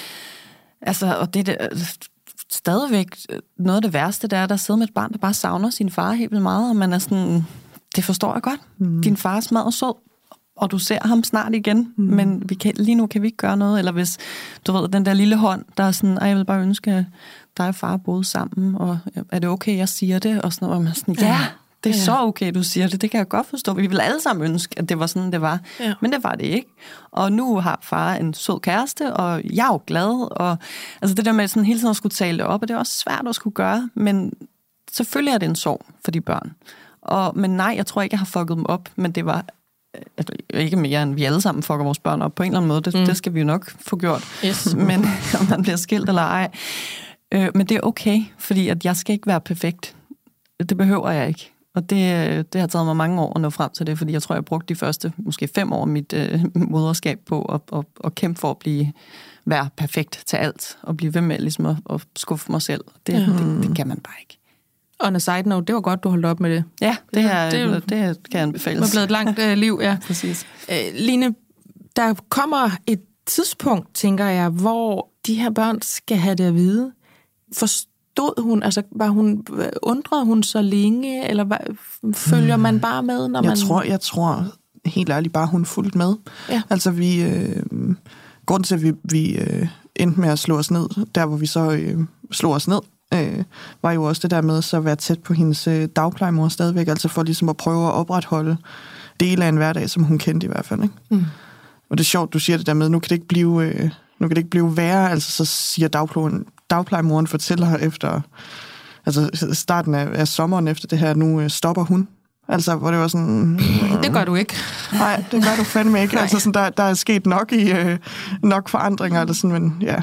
Altså, og det... det stadigvæk noget af det værste, der er, der sidder med et barn, der bare savner sin far helt vildt meget, og man er sådan, det forstår jeg godt. Mm. Din far er smadret sød, og du ser ham snart igen, mm. men vi kan, lige nu kan vi ikke gøre noget. Eller hvis, du ved, den der lille hånd, der er sådan, jeg vil bare ønske, at dig og far boede sammen, og er det okay, jeg siger det? Og sådan noget, og man er sådan, ja, det er ja. så okay, du siger det. Det kan jeg godt forstå. Vi vil alle sammen ønske, at det var sådan, det var. Ja. Men det var det ikke. Og nu har far en sød kæreste, og jeg er jo glad. Og, altså det der med sådan hele tiden at skulle tale det op, og det er også svært at skulle gøre, men selvfølgelig er det en sorg for de børn. Og, men nej, jeg tror ikke, jeg har fucket dem op, men det var ikke mere, end vi alle sammen fucker vores børn op på en eller anden måde. Det, mm. det skal vi jo nok få gjort. Yes. Men om man bliver skilt eller ej. Øh, men det er okay, fordi at jeg skal ikke være perfekt. Det behøver jeg ikke. Og det, det har taget mig mange år at nå frem til det, fordi jeg tror, jeg brugte de første, måske fem år, mit øh, moderskab på at, at, at kæmpe for at blive, være perfekt til alt, og blive ved med ligesom at, at skuffe mig selv. Det, ja. det, det kan man bare ikke. On a side note, det var godt, du holdt op med det. Ja, det, er, det, det kan anbefales. Det er blevet et langt øh, liv, ja. Præcis. Øh, Line, der kommer et tidspunkt, tænker jeg, hvor de her børn skal have det at vide. Forstod hun, altså var hun, undrede hun så længe, eller var, følger mm. man bare med, når jeg man... Tror, jeg tror helt ærligt bare, hun fulgte med. Ja. Altså vi... Øh, grunden til, at vi, vi øh, endte med at slå os ned, der hvor vi så øh, slog os ned, øh, var jo også det der med så at være tæt på hendes øh, dagplejemor stadigvæk, altså for ligesom at prøve at opretholde dele af en hverdag, som hun kendte i hvert fald. Ikke? Mm. Og det er sjovt, du siger det der med, nu kan det ikke blive, øh, nu kan det ikke blive værre, altså så siger dagplejen, dagplejemoren fortæller efter altså starten af, af sommeren efter det her, nu øh, stopper hun. Altså, hvor det var sådan... Øh, det gør du ikke. Nej, det gør du fandme ikke. Altså, sådan, der, der er sket nok i øh, nok forandringer, eller sådan, men ja.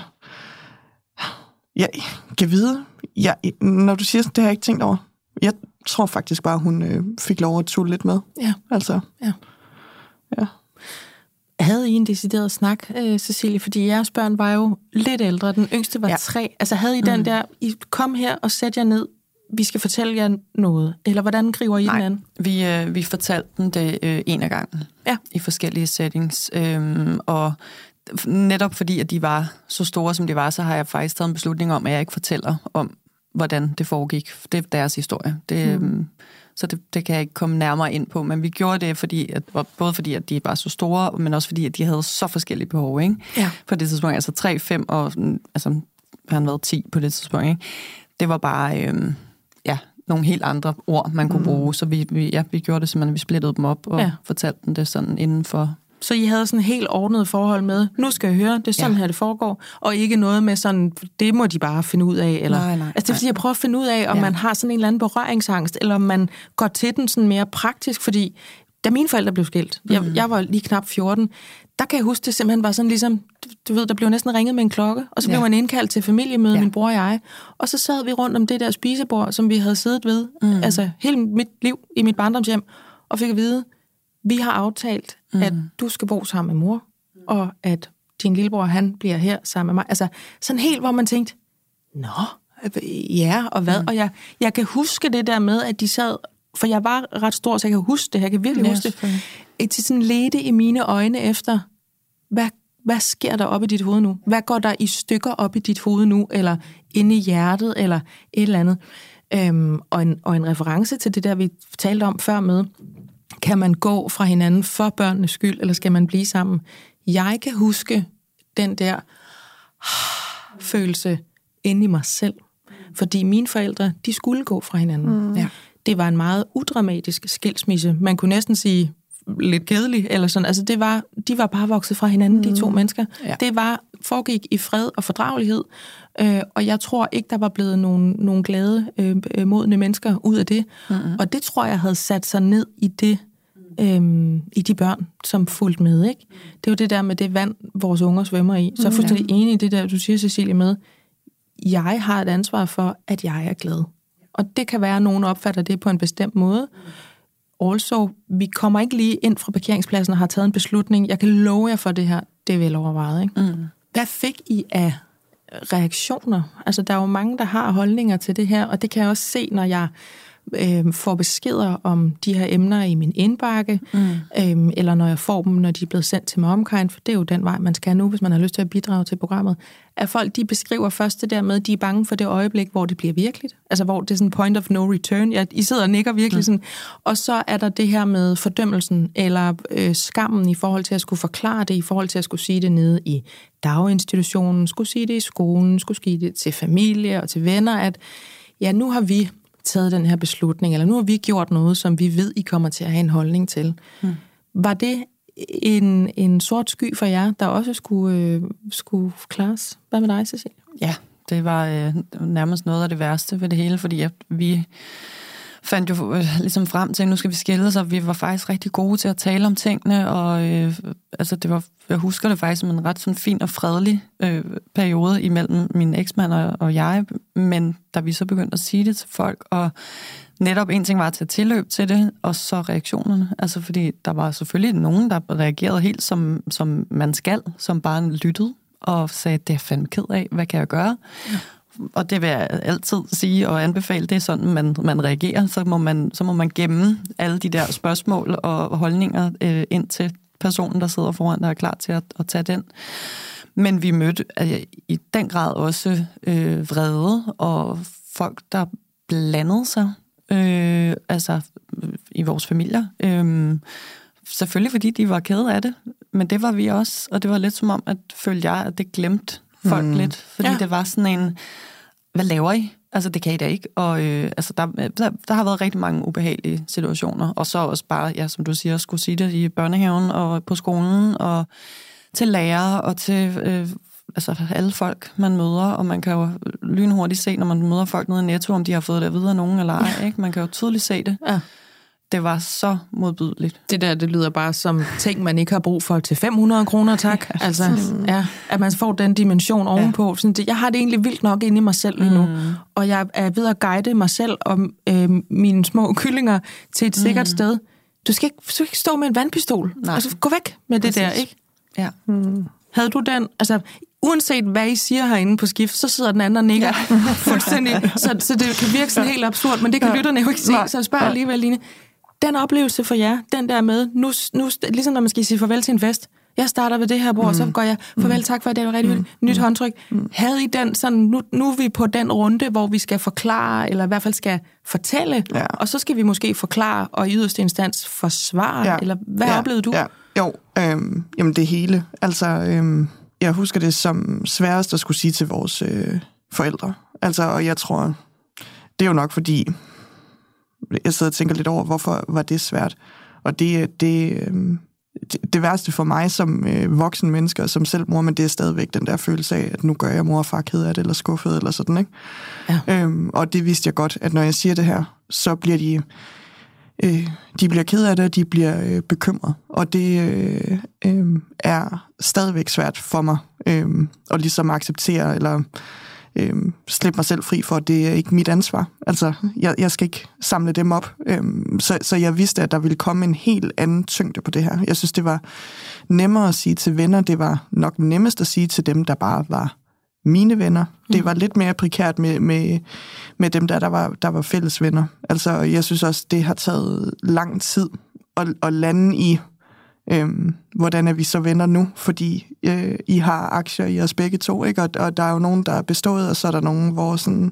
Jeg kan vide, jeg, når du siger sådan, det har jeg ikke tænkt over. Jeg tror faktisk bare, hun øh, fik lov at tulle lidt med. Ja. Altså. Ja. Ja. Havde I en decideret snak, øh, Cecilie? Fordi jeres børn var jo lidt ældre. Den yngste var ja. tre. Altså, havde I den mm. der, I kom her og sæt jer ned, vi skal fortælle jer noget? Eller hvordan griber I Nej, den anden? vi, øh, vi fortalte dem det øh, en af gangen ja. i forskellige settings. Øhm, og netop fordi, at de var så store, som de var, så har jeg faktisk taget en beslutning om, at jeg ikke fortæller om, hvordan det foregik. Det er deres historie. Det, mm. øhm, så det, det kan jeg ikke komme nærmere ind på. Men vi gjorde det, fordi at, både fordi, at de var så store, men også fordi, at de havde så forskellige behov. Ikke? Ja. På det tidspunkt, altså tre, fem og altså, han været ti på det tidspunkt. Ikke? Det var bare... Øhm, ja, nogle helt andre ord, man kunne mm. bruge. Så vi, vi, ja, vi gjorde det simpelthen, vi splittede dem op og ja. fortalte dem det sådan inden for... Så I havde sådan helt ordnet forhold med, nu skal jeg høre, det er sådan ja. her, det foregår, og ikke noget med sådan, det må de bare finde ud af. Eller, nej, nej, altså det er fordi, jeg prøver at finde ud af, om ja. man har sådan en eller anden berøringsangst, eller om man går til den sådan mere praktisk, fordi da mine forældre blev skilt, mm. jeg, jeg var lige knap fjorten, der kan jeg huske, det simpelthen var sådan ligesom, du ved, der blev næsten ringet med en klokke, og så blev ja. man indkaldt til familiemøde, ja. min bror og jeg, og så sad vi rundt om det der spisebord, som vi havde siddet ved, mm. altså hele mit liv i mit barndomshjem, og fik at vide, vi har aftalt, mm. at du skal bo sammen med mor, og at din lillebror, han bliver her sammen med mig. Altså sådan helt, hvor man tænkte, nå, ja, og hvad? Mm. Og jeg, jeg kan huske det der med, at de sad, for jeg var ret stor, så jeg kan huske det, jeg kan virkelig yes, huske det, til sådan ledte i mine øjne efter, hvad, hvad sker der op i dit hoved nu? Hvad går der i stykker op i dit hoved nu, eller inde i hjertet, eller et eller andet? Øhm, og, en, og en reference til det der, vi talte om før med, kan man gå fra hinanden for børnenes skyld, eller skal man blive sammen? Jeg kan huske den der følelse inde i mig selv, fordi mine forældre, de skulle gå fra hinanden. Mm. Ja. Det var en meget udramatisk skilsmisse. Man kunne næsten sige lidt kedelig, eller sådan. Altså, det var, de var bare vokset fra hinanden, mm. de to mennesker. Ja. Det var, foregik i fred og fordragelighed, øh, og jeg tror ikke, der var blevet nogen, nogen glade, øh, modne mennesker ud af det. Mm-hmm. Og det tror jeg havde sat sig ned i det, øh, i de børn, som fulgte med, ikke? Det er jo det der med det vand, vores unger svømmer i. Så jeg er fuldstændig enig i det der, du siger, Cecilie, med, jeg har et ansvar for, at jeg er glad. Og det kan være, at nogen opfatter det på en bestemt måde. Also, vi kommer ikke lige ind fra parkeringspladsen og har taget en beslutning. Jeg kan love jer for det her, det er vel overvejet, ikke? Mm. Hvad fik I af reaktioner? Altså, der er jo mange, der har holdninger til det her, og det kan jeg også se, når jeg øh, får beskeder om de her emner i min indbakke, mm. øh, eller når jeg får dem, når de er blevet sendt til MomKind, for det er jo den vej, man skal nu, hvis man har lyst til at bidrage til programmet, at folk, de beskriver først det der med, at de er bange for det øjeblik, hvor det bliver virkeligt. Altså, hvor det er sådan point of no return. Ja, I sidder og nikker virkelig mm. sådan. Og så er der det her med fordømmelsen, eller øh, skammen i forhold til at skulle forklare det, i forhold til at skulle sige det nede i daginstitutionen, skulle sige det i skolen, skulle sige det til familie og til venner, at ja, nu har vi taget den her beslutning, eller nu har vi gjort noget, som vi ved, I kommer til at have en holdning til. Mm. Var det en, en sort sky for jer, der også skulle, øh, skulle klares? Hvad med dig, Cecilie? Ja, det var øh, nærmest noget af det værste ved det hele, fordi at vi fandt jo øh, ligesom frem til, at nu skal vi skille os, og vi var faktisk rigtig gode til at tale om tingene, og øh, altså det var, jeg husker det faktisk som en ret sådan fin og fredelig øh, periode imellem min eksmand og, og jeg, men da vi så begyndte at sige det til folk, og netop en ting var at tage tilløb til det, og så reaktionerne, altså fordi der var selvfølgelig nogen, der reagerede helt som, som man skal, som bare lyttede, og sagde, det er fandme ked af, hvad kan jeg gøre? Ja. Og det vil jeg altid sige og anbefale, det er sådan, man, man reagerer. Så må man, så må man gemme alle de der spørgsmål og holdninger øh, ind til personen, der sidder foran, der er klar til at, at tage den. Men vi mødte altså, i den grad også øh, vrede og folk, der blandede sig øh, altså i vores familier. Øh, selvfølgelig fordi de var kede af det, men det var vi også. Og det var lidt som om, at følte jeg, at det glemte folk mm. lidt. Fordi ja. det var sådan en... hvad laver I? Altså, det kan I da ikke. Og øh, altså, der, der, der har været rigtig mange ubehagelige situationer. Og så også bare, ja, som du siger, skulle sige det i børnehaven og på skolen, og til lærere og til øh, altså, alle folk, man møder. Og man kan jo lynhurtigt se, når man møder folk nede i Netto, om de har fået det at vide af nogen eller ej. Ikke? Man kan jo tydeligt se det. Ja. Det var så modbydeligt. Det der, det lyder bare som ting, man ikke har brug for til fem hundrede kroner, tak. Ja, altså, ja, at man får den dimension ovenpå. Ja. Sådan, det, jeg har det egentlig vildt nok inde i mig selv lige nu, mm. og jeg er ved at guide mig selv og øh, mine små kyllinger til et sikkert mm. sted. Du skal, ikke, du skal ikke stå med en vandpistol. Nej. Altså, gå væk med det Præcis. Der, ikke? Ja. Mm. Havde du den, altså... Uanset hvad I siger herinde på skift, så sidder den anden og nikker ja. Fuldstændig. Så, så det kan virke sådan helt absurd, men det kan ja. Lytterne jo ikke se, så jeg spørger ja. Alligevel, Line. Den oplevelse for jer, den der med, nu, nu, ligesom når man skal sige farvel til en fest, jeg starter ved det her bord, mm. så går jeg, farvel, tak for det, det var rigtig vildt, mm. nyt håndtryk. Mm. Havde I den sådan, nu, nu er vi på den runde, hvor vi skal forklare, eller i hvert fald skal fortælle, ja. Og så skal vi måske forklare, og i yderste instans forsvare, ja. Eller hvad ja. Oplevede du? Ja. Jo, øhm, jamen det hele. Altså, øhm, jeg husker det som sværest at skulle sige til vores øh, forældre. Altså, og jeg tror, det er jo nok fordi, jeg sidder og tænker lidt over, hvorfor var det svært. Og det, det, det, det værste for mig som øh, voksen mennesker, som selv mor, men det er stadigvæk den der følelse af, at nu gør jeg mor og far ked af det, eller skuffet, eller sådan, ikke? Ja. Øhm, og det vidste jeg godt, at når jeg siger det her, så bliver de, øh, de bliver ked af det, og de bliver øh, bekymret. Og det øh, øh, er stadigvæk svært for mig øh, at ligesom acceptere, eller Øhm, slippe mig selv fri for, at det er ikke mit ansvar. Altså, jeg, jeg skal ikke samle dem op. Øhm, så, så jeg vidste, at der ville komme en helt anden tyngde på det her. Jeg synes, det var nemmere at sige til venner. Det var nok nemmest at sige til dem, der bare var mine venner. Mm. Det var lidt mere prekært med, med, med dem, der, der, var, der var fælles venner. Altså, jeg synes også, det har taget lang tid at, at lande i Øhm, hvordan er vi så venner nu? Fordi øh, I har aktier i os begge to, ikke? Og, og der er jo nogen, der er bestået, og så er der nogen, hvor sådan,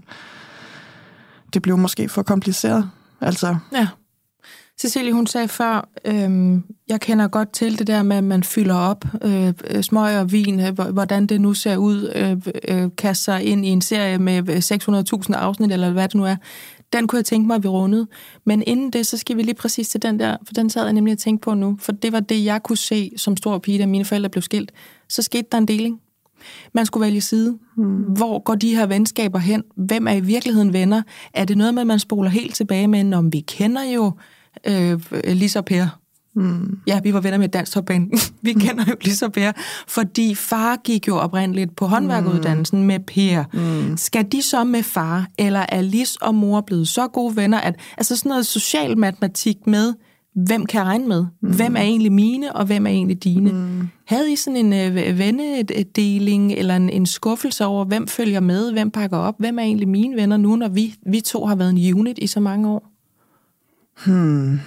det blev måske for kompliceret. Altså. Ja. Cecilie, hun sagde før, øhm, jeg kender godt til det der med, at man fylder op øh, smøg og vin, øh, hvordan det nu ser ud, øh, øh, kaster sig ind i en serie med seks hundrede tusind afsnit, eller hvad det nu er. Den kunne jeg tænke mig, at vi rundede. Men inden det, så skal vi lige præcis til den der, for den sad jeg nemlig at tænke på nu, for det var det, jeg kunne se som stor pige, da mine forældre blev skilt. Så skete der en deling. Man skulle vælge side. Hmm. Hvor går de her venskaber hen? Hvem er i virkeligheden venner? Er det noget med, at man spoler helt tilbage med, om vi kender jo øh, Lisa og Per? Mm. Ja, vi var venner med et dansk topband. Vi kender jo Lisa og Per, fordi far gik jo oprindeligt på håndværkeruddannelsen mm. med Per. Mm. Skal de så med far, eller er Lis og mor blevet så gode venner, at altså sådan noget social matematik med, hvem kan jeg regne med? Mm. Hvem er egentlig mine, og hvem er egentlig dine? Mm. Havde I sådan en øh, vennedeling, eller en, en skuffelse over, hvem følger med, hvem pakker op, hvem er egentlig mine venner nu, når vi, vi to har været en unit i så mange år? Hmm...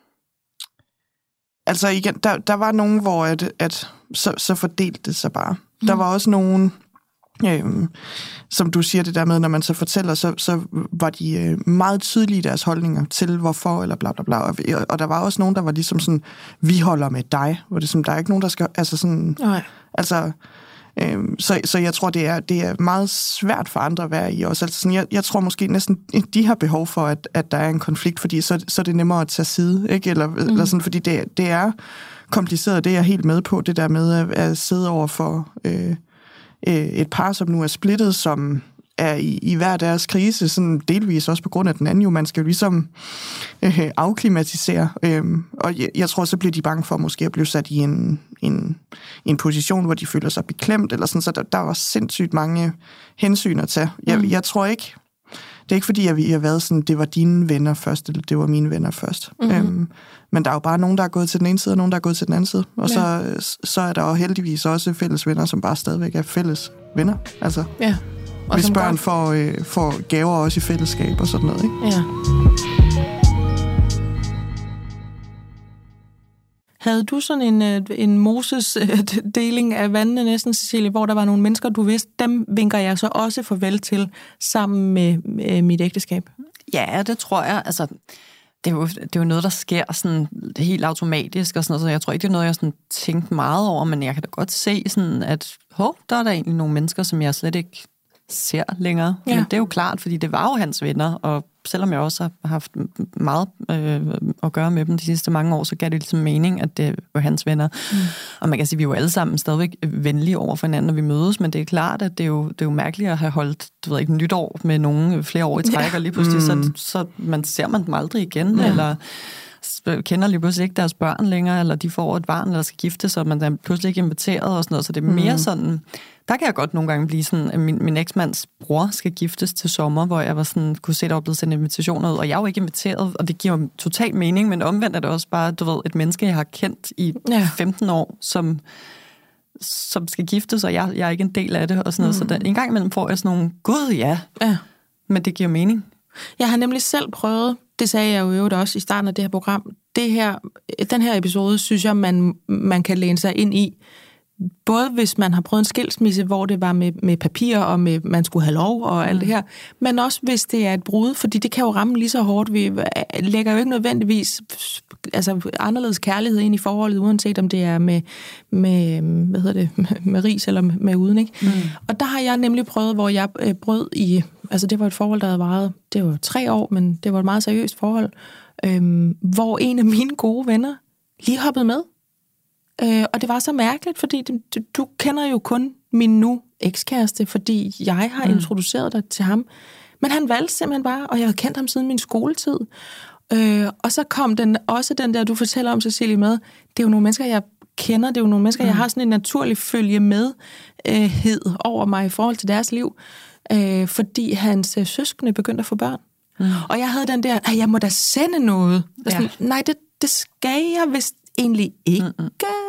Altså igen, der, der var nogen, hvor at, at så, så fordelte det sig bare. Mm. Der var også nogen, øhm, som du siger det der med, når man så fortæller, så, så var de øh, meget tydelige i deres holdninger til, hvorfor, eller bla bla bla. Og, og der var også nogen, der var ligesom sådan, vi holder med dig. Hvor det som, der er ikke nogen, der skal, altså sådan, Nej. altså... Øhm, så, så jeg tror, det er, det er meget svært for andre at være i også. Altså sådan, jeg, jeg tror måske næsten, de har behov for, at, at der er en konflikt, fordi så, så er det nemmere at tage side, ikke? Eller, mm. eller sådan, fordi det, det er kompliceret, det er jeg helt med på, det der med at, at sidde over for øh, øh, et par, som nu er splittet, som er i, i hver deres krise, sådan delvis også på grund af den anden jo. Man skal jo ligesom øh, afklimatisere, øh, og jeg, jeg tror, så bliver de bange for måske at blive sat i en, en, en position, hvor de føler sig beklemt, eller sådan, så der, der var sindssygt mange hensyn at tage. Jeg, mm. jeg tror ikke, det er ikke fordi, jeg har været sådan, det var dine venner først, eller det var mine venner først. Mm-hmm. Øhm, men der er jo bare nogen, der er gået til den ene side, og nogen, der er gået til den anden side. Og ja. så, så er der jo heldigvis også fælles venner, som bare stadigvæk er fælles venner. Altså. Ja. Og hvis børn godt... får, øh, får gaver også i fællesskab og sådan noget, ikke? Ja. Havde du sådan en, en Moses-deling af vandene næsten, Cecilie, hvor der var nogle mennesker, du vidste, dem vinker jeg så også farvel til sammen med, med mit ægteskab? Ja, det tror jeg. Altså, det er jo, det er jo noget, der sker sådan helt automatisk og sådan noget, så jeg tror ikke, det er noget, jeg sådan tænkte meget over, men jeg kan da godt se sådan, at hov, der er der egentlig nogle mennesker, som jeg slet ikke ser længere. Ja. Men det er jo klart, fordi det var jo hans venner, og selvom jeg også har haft meget øh, at gøre med dem de sidste mange år, så gav det ligesom mening, at det var hans venner. Mm. Og man kan sige, at vi er jo alle sammen stadigvæk venlige over for hinanden, når vi mødes, men det er klart, at det er jo, det er jo mærkeligt at have holdt, du ved ikke, nytår med nogen flere år i træk, ja. Og lige pludselig, mm. så, så man ser man dem aldrig igen, ja. Eller kender lige pludselig ikke deres børn længere, eller de får et barn, eller skal gifte sig, og man er pludselig ikke inviteret og sådan noget, så det er mere mm. sådan, der kan jeg godt nogle gange blive sådan, at min, min eksmands bror skal giftes til sommer, hvor jeg var sådan, kunne se, der var blevet sendt invitationer ud, og jeg er jo ikke inviteret, og det giver jo total mening, men omvendt er det også bare, du ved, et menneske, jeg har kendt i ja. femten år, som, som skal giftes, og jeg, jeg er ikke en del af det, og sådan noget, mm. så der, en gang imellem får jeg sådan nogle, gud ja, ja, men det giver mening. Jeg har nemlig selv prøvet, det sagde jeg jo i øvrigt også i starten af det her program, det her, den her episode, synes jeg, man, man kan læne sig ind i, både hvis man har prøvet en skilsmisse, hvor det var med, med papir, og med, man skulle have lov og alt mm. det her, men også hvis det er et brud, fordi det kan jo ramme lige så hårdt. Vi lægger jo ikke nødvendigvis altså, anderledes kærlighed ind i forholdet, uanset om det er med, med, hvad hedder det, med, med ris eller med, med uden, ikke? Mm. Og der har jeg nemlig prøvet, hvor jeg øh, brød i, altså det var et forhold, der havde varet, det var tre år, men det var et meget seriøst forhold, øh, hvor en af mine gode venner lige hoppede med. Øh, og det var så mærkeligt, fordi du, du kender jo kun min nu ekskæreste, fordi jeg har mm. introduceret dig til ham. Men han valgte simpelthen bare, og jeg havde kendt ham siden min skoletid. Øh, og så kom den, også den der, du fortæller om, Cecilie, med. Det er jo nogle mennesker, jeg kender. Det er jo nogle mennesker, mm. jeg har sådan en naturlig følge medhed over mig i forhold til deres liv. Øh, fordi hans øh, søskende begyndte at få børn. Mm. Og jeg havde den der, at jeg må da sende noget. Ja. Sådan, nej, det, det skal jeg, hvis egentlig ikke. Mm-mm.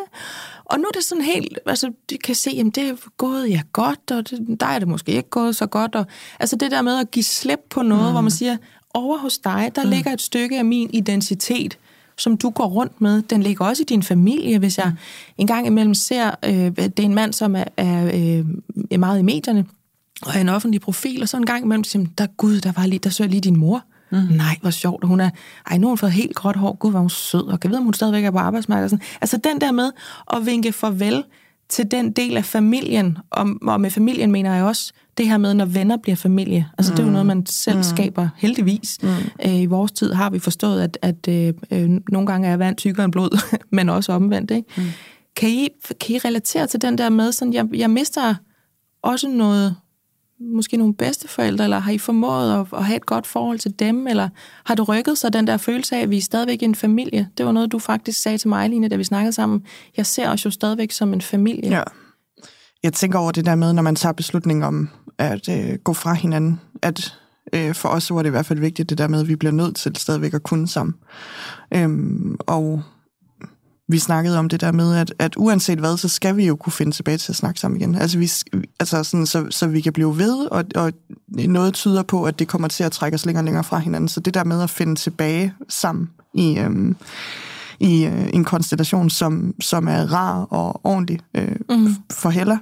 Og nu er det sådan helt, altså de kan se, jamen det er gået ja godt, og det, der er det måske ikke gået så godt. Og, altså det der med at give slip på noget, mm. hvor man siger, over hos dig, der mm. ligger et stykke af min identitet, som du går rundt med. Den ligger også i din familie, hvis jeg mm. en gang imellem ser, øh, det er en mand, som er, er, øh, er meget i medierne, og er en offentlig profil, og så en gang imellem siger, der gud, der var lige, der så jeg lige din mor. Mm. Nej, hvor sjovt, hun er, ej, nu har hun fået helt gråt hår, gud, var hun sød, og kan vide, om hun stadigvæk er på arbejdsmarkedet. Sådan. Altså den der med at vinke farvel til den del af familien, og, og med familien mener jeg også det her med, når venner bliver familie. Altså mm. det er jo noget, man selv mm. skaber, heldigvis. Mm. Æ, I vores tid har vi forstået, at, at øh, nogle gange er vand tykkere end blod, men også omvendt, ikke? Mm. Kan, I, kan I relatere til den der med, sådan, jeg, jeg mister også noget, måske nogle bedsteforældre, eller har I formået at, at have et godt forhold til dem, eller har du rykket sig den der følelse af, at vi er stadigvæk en familie? Det var noget, du faktisk sagde til mig, Line, da vi snakkede sammen. Jeg ser os jo stadigvæk som en familie. Ja. Jeg tænker over det der med, når man tager beslutningen om at øh, gå fra hinanden, at øh, for os var det i hvert fald vigtigt, det der med, at vi bliver nødt til stadigvæk at kunne sammen. Øhm, og vi snakkede om det der med, at, at uanset hvad, så skal vi jo kunne finde tilbage til at snakke sammen igen. Altså, vi, altså sådan, så, så vi kan blive ved, og, og noget tyder på, at det kommer til at trække os længere og længere fra hinanden. Så det der med at finde tilbage sammen i, øhm, i øh, en konstellation, som, som er rar og ordentlig øh, mm. for Hella,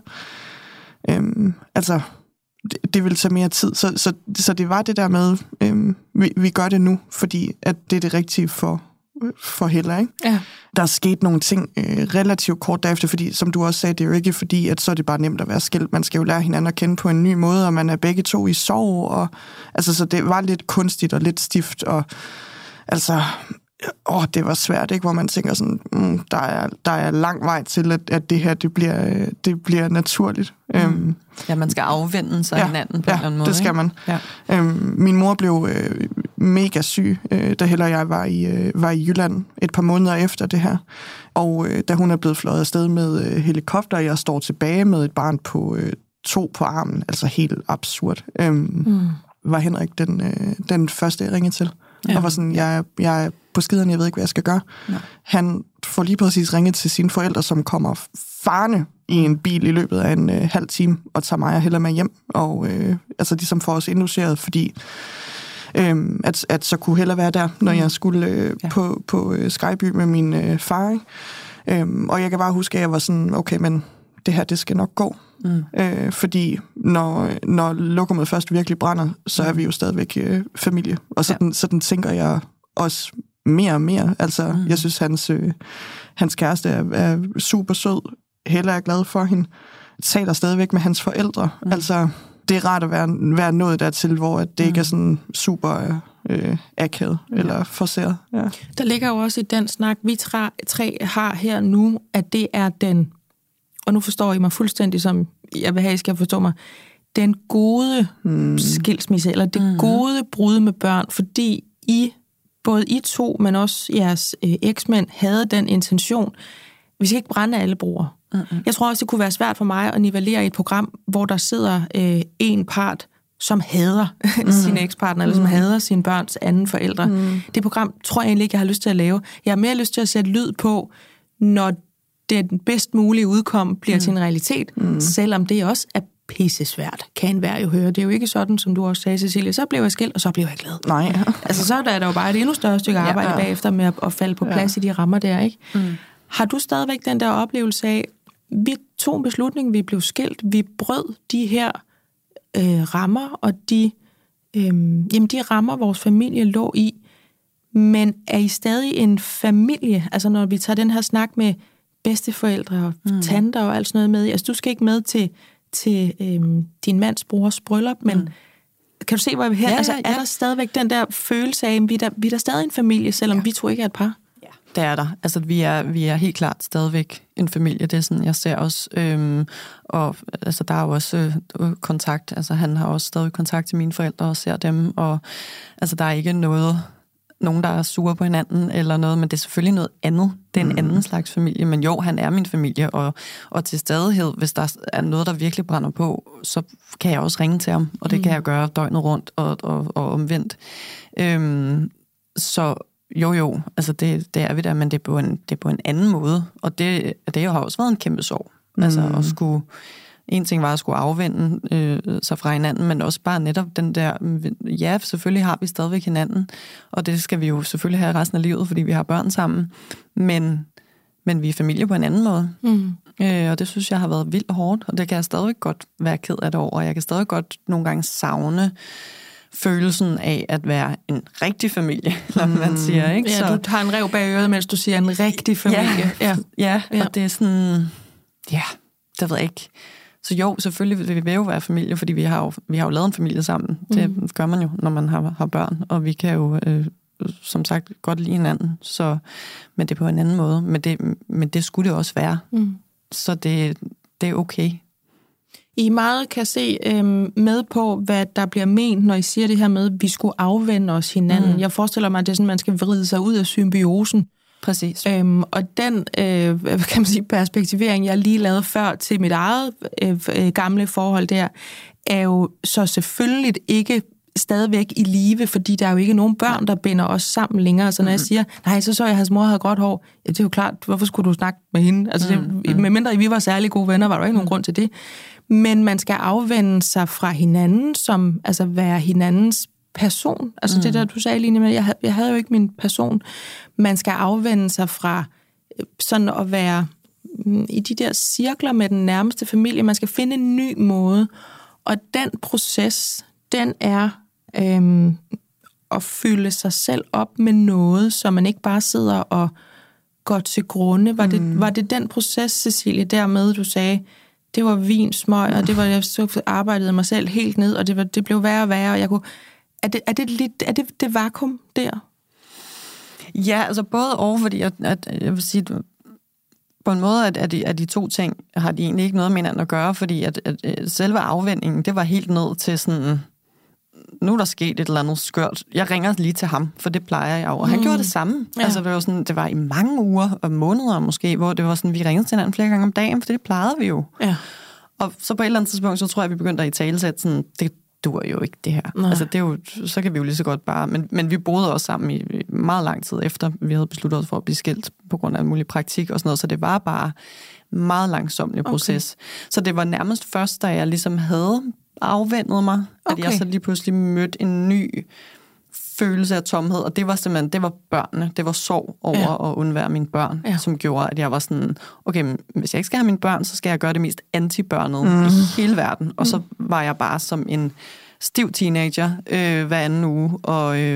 øhm, altså, det, det vil tage mere tid. Så, så, så det var det der med, øhm, vi, vi gør det nu, fordi at det er det rigtige for for Hella, ikke? Ja. Der er sket nogle ting øh, relativt kort derefter, fordi som du også sagde, det er jo ikke fordi, at så er det bare nemt at være skilt. Man skal jo lære hinanden at kende på en ny måde, og man er begge to i sorg, og altså, så det var lidt kunstigt og lidt stift, og altså, åh, det var svært, ikke? Hvor man tænker sådan, mm, der, er, der er lang vej til, at, at det her, det bliver, det bliver naturligt. Mm. Øhm, ja, man skal afvende sig ja, hinanden på ja, en eller anden måde. det skal ikke? man. Ja. Øhm, min mor blev øh, mega syg, øh, da Hella og jeg var i, øh, var i Jylland et par måneder efter det her. Og øh, da hun er blevet fløjet afsted med øh, helikopter, jeg står tilbage med et barn på øh, to på armen, altså helt absurd, øhm, mm. var Henrik den, øh, den første, jeg ringede til. Ja. Og var sådan, jeg, jeg er på skiderne, jeg ved ikke, hvad jeg skal gøre. Ja. Han får lige præcis ringet til sine forældre, som kommer farne i en bil i løbet af en øh, halv time, og tager mig og Hella med hjem, og øh, altså de som får os indlogeret, fordi øh, at, at så kunne Hella være der, når jeg skulle øh, ja. på, på øh, Skyby med min øh, far. Øh, og jeg kan bare huske, at jeg var sådan, okay, men det her, det skal nok gå. Mm. Øh, fordi når, når lokummet først virkelig brænder, så er vi jo stadigvæk øh, familie. Og sådan, ja. sådan tænker jeg også mere og mere. Altså, mm. jeg synes, hans, øh, hans kæreste er, er super sød. Hella er glad for hende. Taler stadigvæk med hans forældre. Mm. Altså, det det er rart at være, være nået dertil, hvor det mm. ikke er sådan super øh, akavet ja. eller forceret. Ja. Der ligger jo også i den snak, vi tre, tre har her nu, at det er den, og nu forstår I mig fuldstændig, som jeg vil have, I skal forstå mig, den gode mm. skilsmisse, eller det mm. gode brud med børn, fordi I, både I to, men også jeres øh, eksmænd, havde den intention, vi skal ikke brænde alle broer. Mm-hmm. Jeg tror også, det kunne være svært for mig at nivellere i et program, hvor der sidder øh, en part, som hader mm. sin ekspartner, eller som mm. hader sine børns anden forældre. Mm. Det program tror jeg egentlig ikke, jeg har lyst til at lave. Jeg har mere lyst til at sætte lyd på, når det den bedst mulige udkom bliver mm. til en realitet, mm. selvom det også er pisse svært, kan være jo høre. Det er jo ikke sådan, som du også sagde, Cecilie, så blev jeg skilt, og så blev jeg glad. Nej. Altså, så er der jo bare et endnu større stykke arbejde ja, ja. bagefter med at, at falde på plads ja. i de rammer der, ikke? Mm. Har du stadigvæk den der oplevelse af, vi tog en beslutning, vi blev skilt, vi brød de her øh, rammer, og de, øh, jamen de rammer, vores familie lå i, men er I stadig en familie? Altså når vi tager den her snak med bedsteforældre og mm. tanter og alt sådan noget med, altså du skal ikke med til, til øh, din mands brors bryllup, men mm. kan du se, hvor jeg vil her? Ja, altså er ja. der stadigvæk den der følelse af, at vi er der, vi er der stadig en familie, selvom ja. vi to ikke er et par? Det er der. Altså, vi er, vi er helt klart stadigvæk en familie. Det er sådan, jeg ser også. Øhm, og altså, der er jo også øh, kontakt. Altså, han har også stadig kontakt til mine forældre og ser dem. Og altså, der er ikke noget, nogen, der er sure på hinanden eller noget, men det er selvfølgelig noget andet. Det er en mm. anden slags familie. Men jo, han er min familie, og, og til stadighed, hvis der er noget, der virkelig brænder på, så kan jeg også ringe til ham, og det mm. kan jeg gøre døgnet rundt og, og, og omvendt. Øhm, så Jo, jo, altså det, det er vi der, men det er på en, det er på en anden måde, og det, det har også været en kæmpe sorg. Mm. Altså at skulle, en ting var at skulle afvende øh, sig fra hinanden, men også bare netop den der, ja, selvfølgelig har vi stadigvæk hinanden, og det skal vi jo selvfølgelig have resten af livet, fordi vi har børn sammen, men, men vi er familie på en anden måde. Mm. Øh, og det synes jeg har været vildt hårdt, og det kan jeg stadig godt være ked af det over, og jeg kan stadig godt nogle gange savne følelsen af at være en rigtig familie, eller mm. man siger, ikke? Ja, så, du tager en rev bag øret, mens du siger en rigtig familie. Ja, ja, ja, og det er sådan, ja, det ved jeg ikke. Så jo, selvfølgelig vil vi jo være familie, fordi vi har jo, vi har jo lavet en familie sammen. Mm. Det gør man jo, når man har, har børn, og vi kan jo, øh, som sagt, godt lide hinanden, så, men det er på en anden måde. Men det, men det skulle det også være. Mm. Så det, det er okay. I meget kan se øhm, med på, hvad der bliver ment, når I siger det her med, at vi skulle afvende os hinanden. Mm. Jeg forestiller mig, at det er sådan, man skal vride sig ud af symbiosen. Præcis. Øhm, og den øh, kan man sige, perspektivering, jeg lige lavede før til mit eget øh, gamle forhold der, er jo så selvfølgelig ikke stadigvæk i live, fordi der er jo ikke nogen børn, der binder os sammen længere. Så når mm. jeg siger, nej, så så jeg, at hans mor havde gråt hår, ja, det er jo klart, hvorfor skulle du snakke med hende? Altså, mm. det, medmindre vi var særlig gode venner, var der ikke nogen mm. grund til det. Men man skal afvende sig fra hinanden, som altså være hinandens person. Altså mm. det der, du sagde, Line, med, jeg, jeg havde jo ikke min person. Man skal afvende sig fra sådan at være i de der cirkler med den nærmeste familie. Man skal finde en ny måde. Og den proces, den er øhm, at fylde sig selv op med noget, så man ikke bare sidder og går til grunde. Var, mm. det, var det den proces, Cecilie, dermed, du sagde, det var vin, smøg, og det var, jeg så arbejdede mig selv helt ned, og det, var, det blev værre og værre, og jeg kunne... Er det, er det, lidt, er det, det vakuum der? Ja, altså både og, fordi at, at jeg vil sige, på en måde, at, at, de, at de to ting har de egentlig ikke noget med hinanden at gøre, fordi at, at, at selve afvendingen, det var helt ned til sådan, nu er der sket et eller andet skørt. Jeg ringer lige til ham, for det plejer jeg jo. Og han mm. gjorde det samme. Ja. Altså, det var, sådan, det var i mange uger og måneder måske, hvor det var sådan, vi ringede til hinanden flere gange om dagen, for det plejede vi jo. Ja. Og så på et eller andet tidspunkt, så tror jeg, vi begyndte at italesætte sådan, det dur jo ikke det her. Nej. Altså, det er jo, så kan vi jo lige så godt bare... Men, men vi boede også sammen i meget lang tid efter, vi havde besluttet os for at blive skilt på grund af en mulig praktik og sådan noget, så det var bare meget langsomlig proces. Okay. Så det var nærmest først, da jeg ligesom havde afvendet mig, okay. at jeg så lige pludselig mødte en ny følelse af tomhed, og det var simpelthen, det var børnene, det var sorg over ja. at undvære mine børn, ja. som gjorde, at jeg var sådan, okay, men hvis jeg ikke skal have mine børn, så skal jeg gøre det mest anti-børnet mm. i hele verden, og så var jeg bare som en stiv teenager øh, hver anden uge, og øh,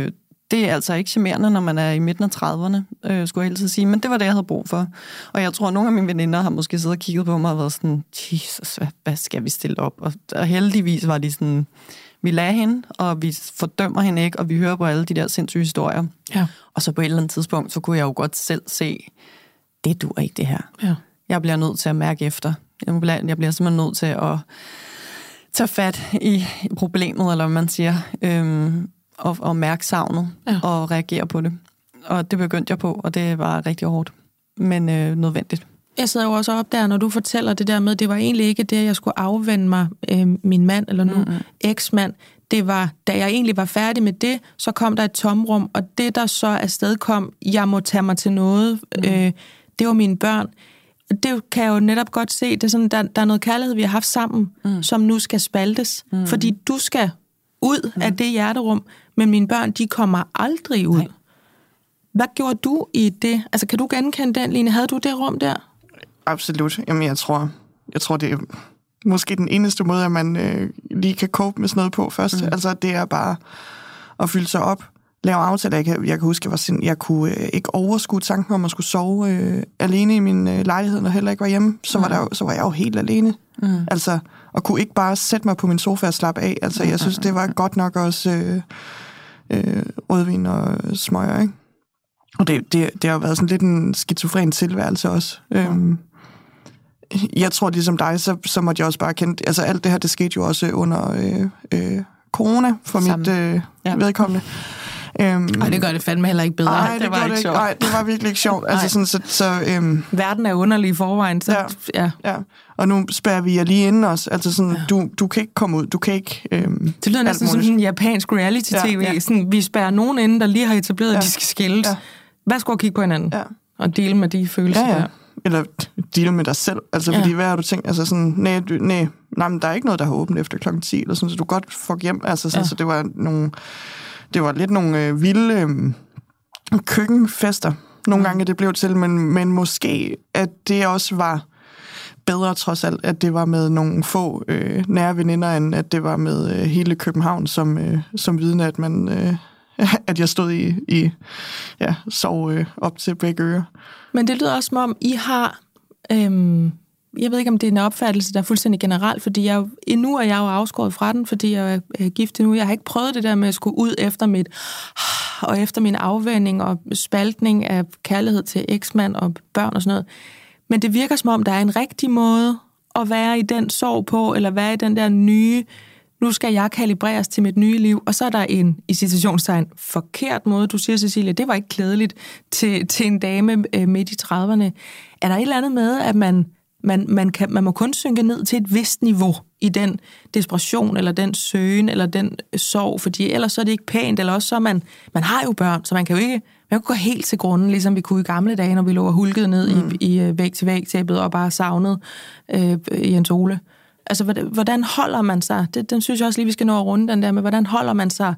det er altså ikke charmerende, når man er i midten af trediverne, øh, skulle jeg altid sige. Men det var det, jeg havde brug for. Og jeg tror, at nogle af mine veninder har måske siddet og kigget på mig og været sådan, Jesus, hvad, hvad skal vi stille op? Og, og heldigvis var de sådan, vi lader hende, og vi fordømmer hende ikke, og vi hører på alle de der sindssyge historier. Ja. Og så på et eller andet tidspunkt, så kunne jeg jo godt selv se, det duer ikke det her. Ja. Jeg bliver nødt til at mærke efter. Jeg bliver, jeg bliver simpelthen nødt til at tage fat i problemet, eller hvad man siger, øhm, og, og mærke savnet, ja. Og reagere på det. Og det begyndte jeg på, og det var rigtig hårdt, men øh, nødvendigt. Jeg sidder jo også op der, når du fortæller det der med, det var egentlig ikke det, jeg skulle afvende mig, øh, min mand, eller nu mm-hmm. eksmand. Det var, da jeg egentlig var færdig med det, så kom der et tomrum, og det, der så afsted kom, jeg må tage mig til noget, mm. øh, det var mine børn. Det kan jeg jo netop godt se, det er sådan, der, der er noget kærlighed, vi har haft sammen, mm. som nu skal spaltes, mm. fordi du skal ud mm. af det hjerterum, men mine børn, de kommer aldrig ud. Nej. Hvad gjorde du i det? Altså, kan du genkende den, Line? Havde du det rum der? Absolut. Jamen, jeg tror, jeg tror det er måske den eneste måde, at man øh, lige kan cope med sådan noget på først. Mm. Altså, det er bare at fylde sig op, lave aftaler. Jeg kan, jeg kan huske, jeg var sind, jeg kunne øh, ikke overskue tanken om at skulle sove øh, alene i min øh, lejlighed, når heller ikke var hjemme. Så var, mm. der jo, så var jeg jo helt alene. Mm. Altså, og kunne ikke bare sætte mig på min sofa og slappe af. Altså, jeg synes, det var godt nok også øh, øh, rødvin og smøger, ikke? Og det, det, det har været sådan lidt en skizofren tilværelse også. Mm. Øhm, jeg tror, ligesom dig, så, så måtte jeg også bare kende... Altså, alt det her, det skete jo også under øh, øh, corona for Samme. mit øh, ja. vedkommende. Øhm, Ej, det gør det fandme heller ikke bedre. Ej, det, det var ikke sjovt. Nej, det var virkelig ikke sjovt. Altså, sådan, så, så, øhm, verden er underlig i forvejen. Så, ja, ja. ja. Og nu spærrer vi jer lige inden os. Altså sådan, ja. du, du kan ikke komme ud. Du kan ikke... Øhm, det lyder næsten som en japansk reality-tv. Ja, ja. Sådan, vi spærrer nogen inden, der lige har etableret, ja. at de skal skilles. Ja. Hvad skal kigge på hinanden? Ja. Og dele med de følelser ja, ja. der. Eller dele med dig selv. Altså, ja. fordi hvad har du tænkt? Altså sådan, nej, nej, nej, men der er ikke noget, der har åbent efter klokken ti, eller sådan, så du godt får hjem. Altså sådan, ja. så det var nogle... Det var lidt nogle øh, vilde øh, køkkenfester. Nogle mm. gange det blev til, men, men måske, at det også var bedre trods alt, at det var med nogle få øh, nære veninder, end at det var med øh, hele København som, øh, som vidne, at man... Øh, at jeg stod i, i ja, sov øh, op til begge ører. Men det lyder også som om, I har... Øhm, jeg ved ikke, om det er en opfattelse, der er fuldstændig generelt, fordi jeg, endnu er jeg jo afskåret fra den, fordi jeg er gift endnu. Jeg har ikke prøvet det der med at skulle ud efter mit... og efter min afvænning og spaltning af kærlighed til eksmand og børn og sådan noget. Men det virker som om, der er en rigtig måde at være i den sorg på, eller være i den der nye... Nu skal jeg kalibreres til mit nye liv, og så er der en, i citationstegn, forkert måde. Du siger, Cecilie, det var ikke klædeligt til, til en dame øh, midt i trediverne. Er der et eller andet med, at man, man, man, kan, man må kun synke ned til et vist niveau i den desperation, eller den søgen, eller den sorg, fordi ellers så er det ikke pænt, eller også så man, man har jo børn, så man kan jo ikke man kan gå helt til grunden, ligesom vi kunne i gamle dage, når vi lå og hulkede ned mm. i, i væg-til-væg-tæppet og bare savnede øh, Jens Ole. Altså, hvordan holder man sig? Det, den synes jeg også lige, vi skal nå at runde den der med, hvordan holder man sig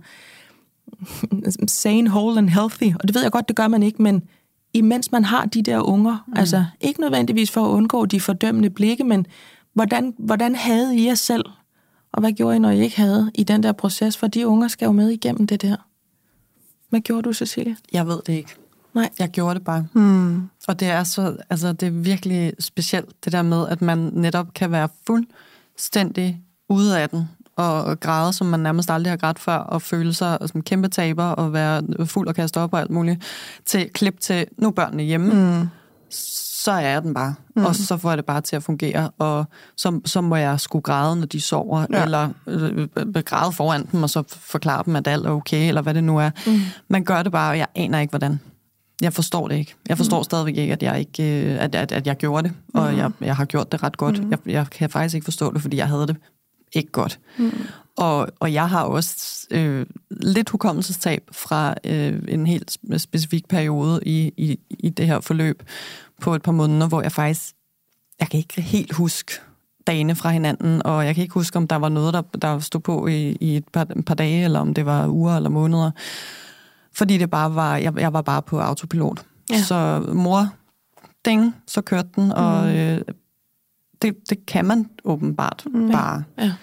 sane, whole and healthy? Og det ved jeg godt, det gør man ikke, men imens man har de der unger, mm. altså ikke nødvendigvis for at undgå de fordømmende blikke, men hvordan, hvordan havde I jer selv? Og hvad gjorde I, når I ikke havde i den der proces? For de unger skal jo med igennem det der. Hvad gjorde du, Cecilie? Jeg ved det ikke. Nej. Jeg gjorde det bare. Mm. Og det er så, altså det er virkelig specielt, det der med, at man netop kan være fuldstændig ude af den, og græde, som man nærmest aldrig har grædt før, og føle sig som kæmpe taber, og være fuld og kaste op og alt muligt, til klip til, nu er børnene hjemme, mm. så er jeg den bare. Mm. Og så får jeg det bare til at fungere, og så, så må jeg skulle græde, når de sover, ja. eller øh, græde foran dem, og så forklare dem, at alt er okay, eller hvad det nu er. Mm. Man gør det bare, og jeg aner ikke, hvordan. Jeg forstår det ikke. Jeg forstår mm. stadigvæk ikke, at jeg ikke, at, at, at jeg gjorde det, og mm. jeg, jeg har gjort det ret godt. Mm. Jeg, jeg kan faktisk ikke forstå det, fordi jeg havde det ikke godt. Mm. Og, og jeg har også øh, lidt hukommelsestab fra øh, en helt specifik periode i, i, i det her forløb på et par måneder, hvor jeg faktisk, jeg kan ikke helt huske dagene fra hinanden, og jeg kan ikke huske, om der var noget, der, der stod på i, i et, par, et par dage, eller om det var uger eller måneder. Fordi det bare var, jeg, jeg var bare på autopilot. Ja. Så mor, ding, så kørte den, og mm. øh, det, det kan man åbenbart mm. bare. Ja.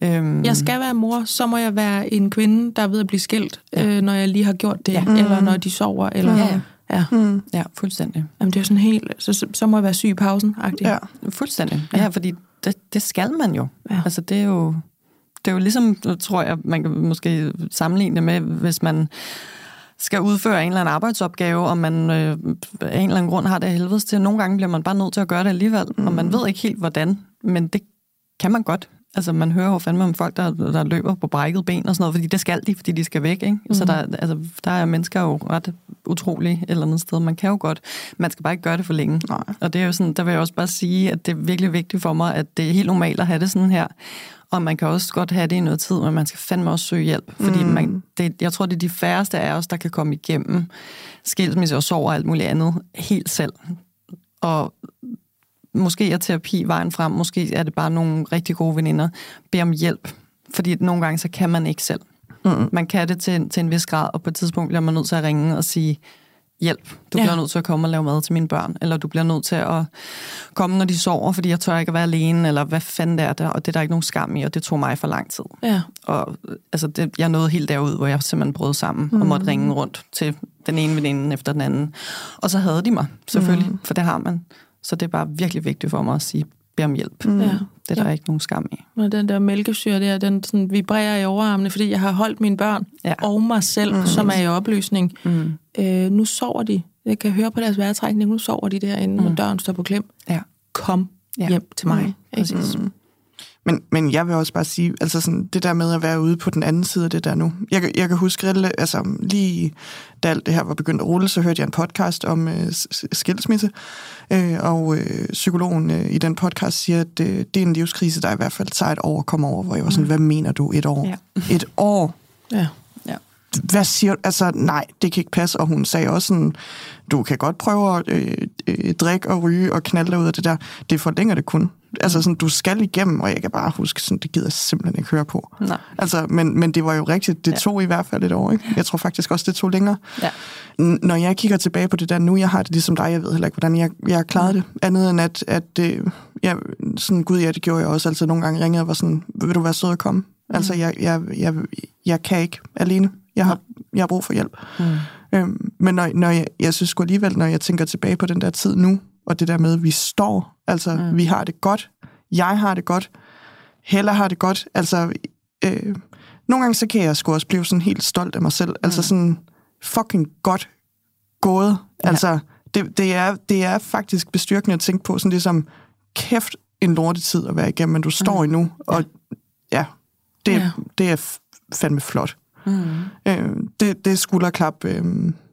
Øhm, Jeg skal være mor, så må jeg være en kvinde, der er ved at blive skilt, ja. øh, når jeg lige har gjort det, ja. eller når de sover, eller... Ja, ja. Ja, mm. ja fuldstændig. Jamen, det er jo sådan helt... Så, så må jeg være syg i pausen-agtigt. Ja, fuldstændig. Ja, ja fordi det, det skal man jo. Ja. Altså, det er jo... Det er jo ligesom, tror jeg, man kan måske sammenligne det med, hvis man skal udføre en eller anden arbejdsopgave, og man øh, af en eller anden grund har det helvedes til. Nogle gange bliver man bare nødt til at gøre det alligevel, mm. og man ved ikke helt, hvordan, men det kan man godt. Altså, man hører jo fandme om folk, der, der løber på brækket ben og sådan noget, fordi det skal de, fordi de skal væk, ikke? Mm. Så der, altså, der er mennesker jo ret utrolige et eller andet sted. Man kan jo godt, man skal bare ikke gøre det for længe. Nej. Og det er jo sådan, der vil jeg også bare sige, at det er virkelig vigtigt for mig, at det er helt normalt at have det sådan her. Og man kan også godt have det i noget tid, men man skal fandme også søge hjælp. Fordi mm. man, det, jeg tror, det er de færreste af os, der kan komme igennem skilsmisse og sorg og alt muligt andet helt selv. Og måske er terapi vejen frem, måske er det bare nogle rigtig gode veninder. Bed om hjælp, fordi nogle gange så kan man ikke selv. Mm. Man kan det til, til en vis grad, og på et tidspunkt bliver man nødt til at ringe og sige, hjælp, du ja. bliver nødt til at komme og lave mad til mine børn, eller du bliver nødt til at komme, når de sover, fordi jeg tør ikke at være alene, eller hvad fanden det er der, og det er der ikke nogen skam i, og det tog mig for lang tid. Ja. Og altså, det, jeg nåede helt derud, hvor jeg simpelthen brød sammen, mm. og måtte ringe rundt til den ene veninde efter den anden. Og så havde de mig, selvfølgelig, mm. for det har man. Så det er bare virkelig vigtigt for mig at sige, bed om hjælp. Mm. Ja. Det er der ja. ikke nogen skam i. Og den der mælkesyre der, den sådan vibrerer i overarmene, fordi jeg har holdt mine børn ja. og mig selv, mm. som er i opløsning. Mm. Øh, nu sover de. Jeg kan høre på deres vejrtrækning, nu sover de derinde, mm. når døren står på klem. Ja. Kom ja. hjem til mig. Mm. Præcis. Mm. Men, men jeg vil også bare sige, altså sådan, det der med at være ude på den anden side af det der nu. Jeg, jeg kan huske, altså lige da alt det her var begyndt at rulle, så hørte jeg en podcast om øh, skilsmisse, øh, og øh, psykologen øh, i den podcast siger, at øh, det er en livskrise, der i hvert fald tager et år at komme over, hvor jeg var sådan, mm. hvad mener du, et år? Ja. Et år? Ja. Hvad siger du? Altså, nej, det kan ikke passe. Og hun sagde også sådan, du kan godt prøve at øh, øh, drikke og ryge og knalde ud af det der. Det forlænger det kun. Altså, sådan, du skal igennem, og jeg kan bare huske, sådan, det gider jeg simpelthen ikke høre på. Nej. Altså, men, men det var jo rigtigt. Det ja. tog i hvert fald et år, ikke? Jeg tror faktisk også, det tog længere. Ja. Når jeg kigger tilbage på det der nu, jeg har det ligesom dig, jeg ved heller ikke, hvordan jeg, jeg har klaret det. Andet end at, at øh, jeg, sådan, gud ja, det gjorde jeg også. Altså, nogle gange ringede og var sådan, vil du være sød at komme? Mm. Altså, jeg, jeg, jeg, jeg kan ikke alene. Jeg har, jeg har brug for hjælp. Mm. Øhm, men når, når jeg, jeg synes sgu alligevel, når jeg tænker tilbage på den der tid nu, og det der med, at vi står, altså, mm. vi har det godt, jeg har det godt, Hella har det godt, altså, øh, nogle gange så kan jeg sgu også blive sådan helt stolt af mig selv, mm. altså sådan fucking godt gået, ja. altså, det, det, er, det er faktisk bestyrkende at tænke på, sådan det som, kæft en lortetid at være igennem, men du står mm. endnu, og ja, det, ja. det er fandme flot. Mm. Øh, det, det skulderklap øh,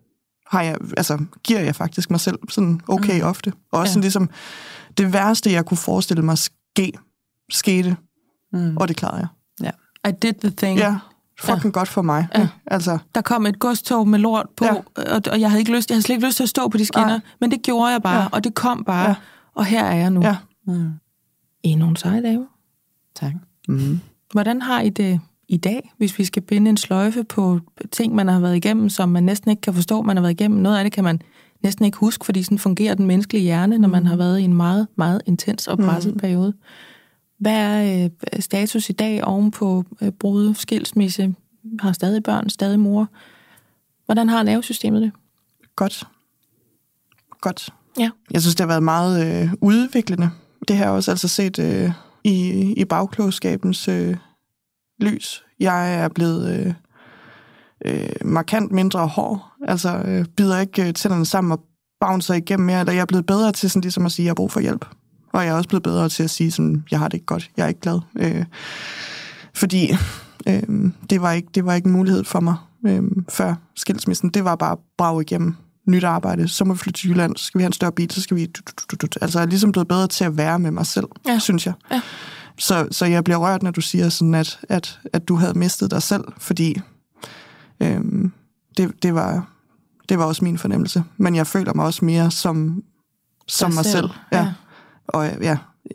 har jeg, altså, giver jeg faktisk mig selv sådan okay mm. ofte. Og også ja. sådan ligesom, det værste, jeg kunne forestille mig ske, skete, mm. og det klarede jeg. Yeah. I did the thing. Ja, fucking ja. godt for mig. Ja. Altså. Der kom et godstog med lort på, ja. og, og jeg havde ikke lyst, jeg havde slet ikke lyst til at stå på de skinner, Nej. men det gjorde jeg bare, ja. og det kom bare, ja. og her er jeg nu. Ja. Mm. Endnu en sej dame. Tak. Mm. Hvordan har I det i dag, hvis vi skal binde en sløjfe på ting, man har været igennem, som man næsten ikke kan forstå, man har været igennem? Noget af det kan man næsten ikke huske, fordi sådan fungerer den menneskelige hjerne, når man har været i en meget, meget intens og presset mm. periode. Hvad er øh, status i dag oven på øh, brud, skilsmisse, har stadig børn, stadig mor? Hvordan har nervesystemet det? Godt. Godt. Ja. Jeg synes, det har været meget øh, udviklende. Det har jeg også altså set øh, i, i bagklogskabens øh, lys. Jeg er blevet øh, øh, markant mindre hård. Altså øh, bider ikke øh, tænderne sammen og bouncer igennem mere. Eller jeg er blevet bedre til sådan ligesom at sige, at jeg har brug for hjælp. Og jeg er også blevet bedre til at sige, sådan, jeg har det ikke godt. Jeg er ikke glad. Øh, fordi øh, det, var ikke, det var ikke en mulighed for mig øh, før skilsmissen. Det var bare brag igennem nyt arbejde. Så må vi flytte til Jylland. Så skal vi have en større bil. Så skal vi... Altså jeg er ligesom blevet bedre til at være med mig selv, ja. synes jeg. Ja. Så, så jeg bliver rørt, når du siger sådan, at, at, at du havde mistet dig selv, fordi øhm, det, det, var, det var også min fornemmelse. Men jeg føler mig også mere som, som mig selv. selv. Ja. Ja. Og ja,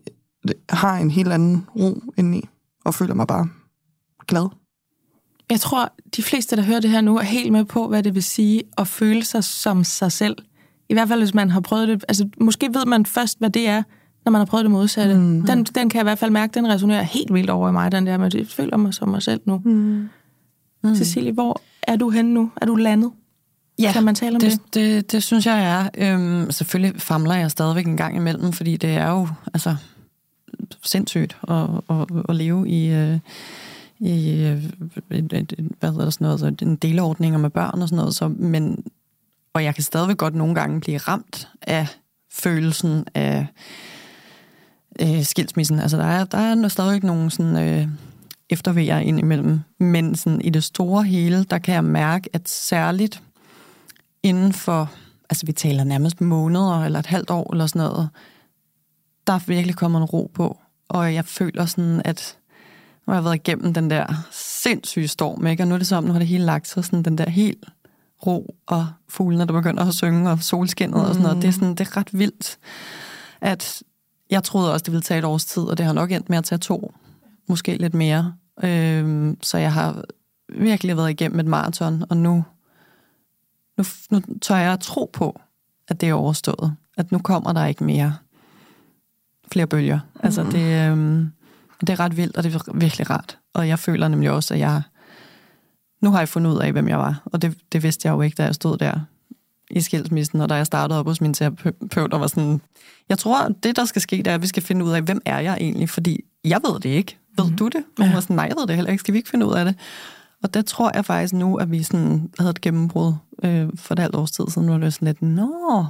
har en helt anden ro indeni, og føler mig bare glad. Jeg tror, de fleste, der hører det her nu, er helt med på, hvad det vil sige at føle sig som sig selv. I hvert fald, hvis man har prøvet det. Altså, måske ved man først, hvad det er, når man har prøvet det modsatte. Mm. Den, den kan jeg i hvert fald mærke, den resonerer helt vildt over i mig, den der, men jeg føler mig som mig selv nu. Mm. Mm. Cecilie, hvor er du henne nu? Er du landet? Ja, kan man tale om det, det? det, det synes jeg er. Øhm, selvfølgelig famler jeg stadigvæk en gang imellem, fordi det er jo altså, sindssygt at, at, at leve i, øh, i øh, et, et, hvad hedder det, sådan noget, så en delordning med børn og sådan noget. Så, men, og jeg kan stadigvæk godt nogle gange blive ramt af følelsen af øh, skilsmissen. Altså der er, der er stadigvæk nogle sådan... Øh, eftervejer ind imellem. Men sådan, i det store hele, der kan jeg mærke, at særligt inden for, altså vi taler nærmest måneder eller et halvt år eller sådan noget, der er virkelig kommet en ro på. Og jeg føler sådan, at nu har jeg været igennem den der sindssyge storm, ikke? Og nu er det som, nu har det hele lagt sig sådan den der helt ro, og fuglene, der begynder at synge, og solskinnet mm. og sådan noget. Det er, sådan, det er ret vildt, at jeg troede også, det ville tage et års tid, og det har nok endt med at tage to. Måske lidt mere. Øhm, så jeg har virkelig været igennem et maraton, og nu, nu, nu tør jeg at tro på, at det er overstået. At nu kommer der ikke mere flere bølger. Mm. Altså det, øhm, det er ret vildt, og det er virkelig rart. Og jeg føler nemlig også, at jeg nu har jeg fundet ud af, hvem jeg var. Og det, det vidste jeg jo ikke, da jeg stod der i skilsmissen, og da jeg startede op hos min terapeut, og var sådan, jeg tror, det der skal ske, det er, at vi skal finde ud af, hvem er jeg egentlig, fordi jeg ved det ikke. Ved mm. du det? Og hun var sådan, nej, jeg ved det heller ikke. Skal vi ikke finde ud af det? Og der tror jeg faktisk nu, at vi sådan havde et gennembrud øh, for et halvt års tid siden, hvor det var sådan lidt, nå,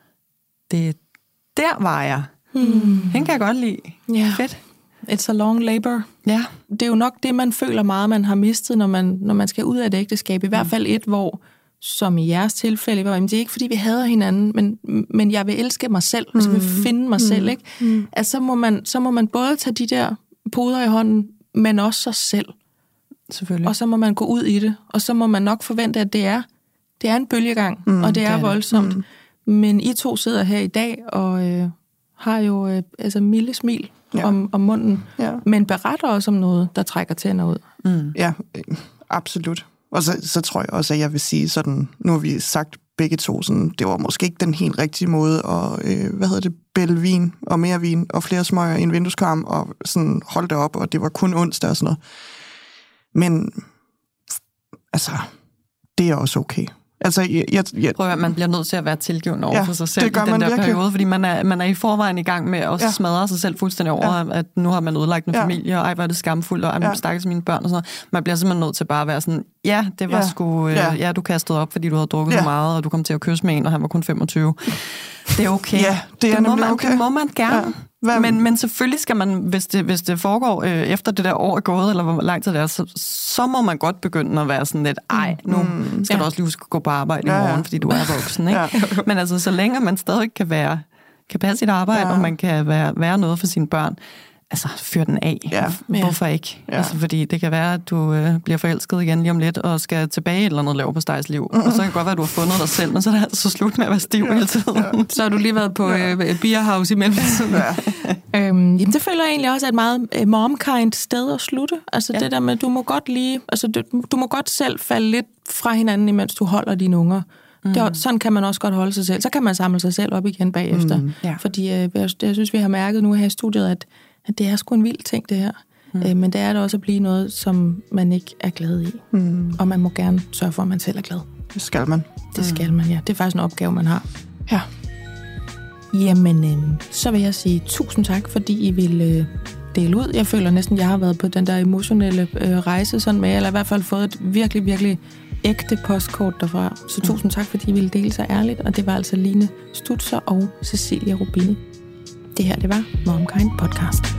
det, der var jeg. Mm. Den kan jeg godt lide. Yeah. Fedt. It's a long labor. Ja. Det er jo nok det, man føler meget, man har mistet, når man, når man skal ud af et ægteskab. I hvert fald et, hvor, som i jeres tilfælde, hvor det er ikke, fordi vi hader hinanden, men, men jeg vil elske mig selv, altså vil finde mig mm. selv. Ikke? Mm. Altså, så må, man, så må man både tage de der poder i hånden, men også sig selv. Selvfølgelig. Og så må man gå ud i det, og så må man nok forvente, at det er, det er en bølgegang, mm, og det er det voldsomt. Det. Mm. Men I to sidder her i dag, og øh, har jo øh, altså milde smil ja. om, om munden, ja. men beretter også om noget, der trækker tænder ud. Mm. Ja, absolut. Og så, så tror jeg også, at jeg vil sige sådan, nu har vi sagt begge to, sådan, det var måske ikke den helt rigtige måde at, øh, hvad hedder det, bælge vin og mere vin og flere smøger i en vindueskarm og sådan holde det op, og det var kun onsdag og sådan noget. Men, altså, det er også okay. Altså, jeg, jeg, jeg, Prøv at man bliver nødt til at være tilgivende over ja, for sig selv i den der virkelig. periode, fordi man er, man er i forvejen i gang med at ja. smadre sig selv fuldstændig over, ja. at nu har man udlagt en ja. familie, og ej, hvor er det skamfuldt, og ej, man ja. stakkels mine børn og sådan noget. Man bliver simpelthen nødt til bare at være sådan, ja, det var ja. sgu, øh, ja. ja, du kastede op, fordi du havde drukket ja. så meget, og du kom til at kysse med en, og han var kun femogtyve. Det er okay. Ja, det er det må man, okay. Det må man gerne. Ja. Men, men selvfølgelig skal man, hvis det, hvis det foregår øh, efter det der år er gået, eller hvor lang tid det er, så, så må man godt begynde at være sådan lidt, ej, nu mm, skal ja. du også lige huske at gå på arbejde ja, i morgen, fordi du er voksen. Ikke? Ja. Men altså, så længe man stadig kan være, kan passe sit arbejde, ja. og man kan være, være noget for sine børn, altså, fyr den af. Ja. Hvorfor ikke? Ja. Altså, fordi det kan være, at du øh, bliver forelsket igen lige om lidt, og skal tilbage et eller andet lav på stegsliv. Mm. Og så kan det godt være, at du har fundet dig selv, men så er det altså slut med at være stiv ja. hele tiden. Ja. Så har du lige været på ja. øh, Beerhouse imellem. Ja. øhm, jamen, det føler jeg egentlig også er et meget øh, momkind sted at slutte. Altså ja. det der med, du må godt lige, altså du, du må godt selv falde lidt fra hinanden, imens du holder dine unger. Mm. Det, sådan kan man også godt holde sig selv. Så kan man samle sig selv op igen bagefter. Mm. Ja. Fordi øh, jeg, jeg synes, vi har mærket nu her i studiet, at at det er sgu en vild ting, det her. Mm. Øh, men det er da også at blive noget, som man ikke er glad i. Mm. Og man må gerne sørge for, at man selv er glad. Det skal man. Det skal man, ja. Det er faktisk en opgave, man har. Ja. Jamen, øh, så vil jeg sige tusind tak, fordi I vil øh, dele ud. Jeg føler næsten, at jeg har været på den der emotionelle øh, rejse sådan med, eller i hvert fald fået et virkelig, virkelig ægte postkort derfra. Så tusind tak, fordi I ville dele så ærligt. Og det var altså Line Stutzer og Cecilia Rubini. Det her, det var Momkind Podcast.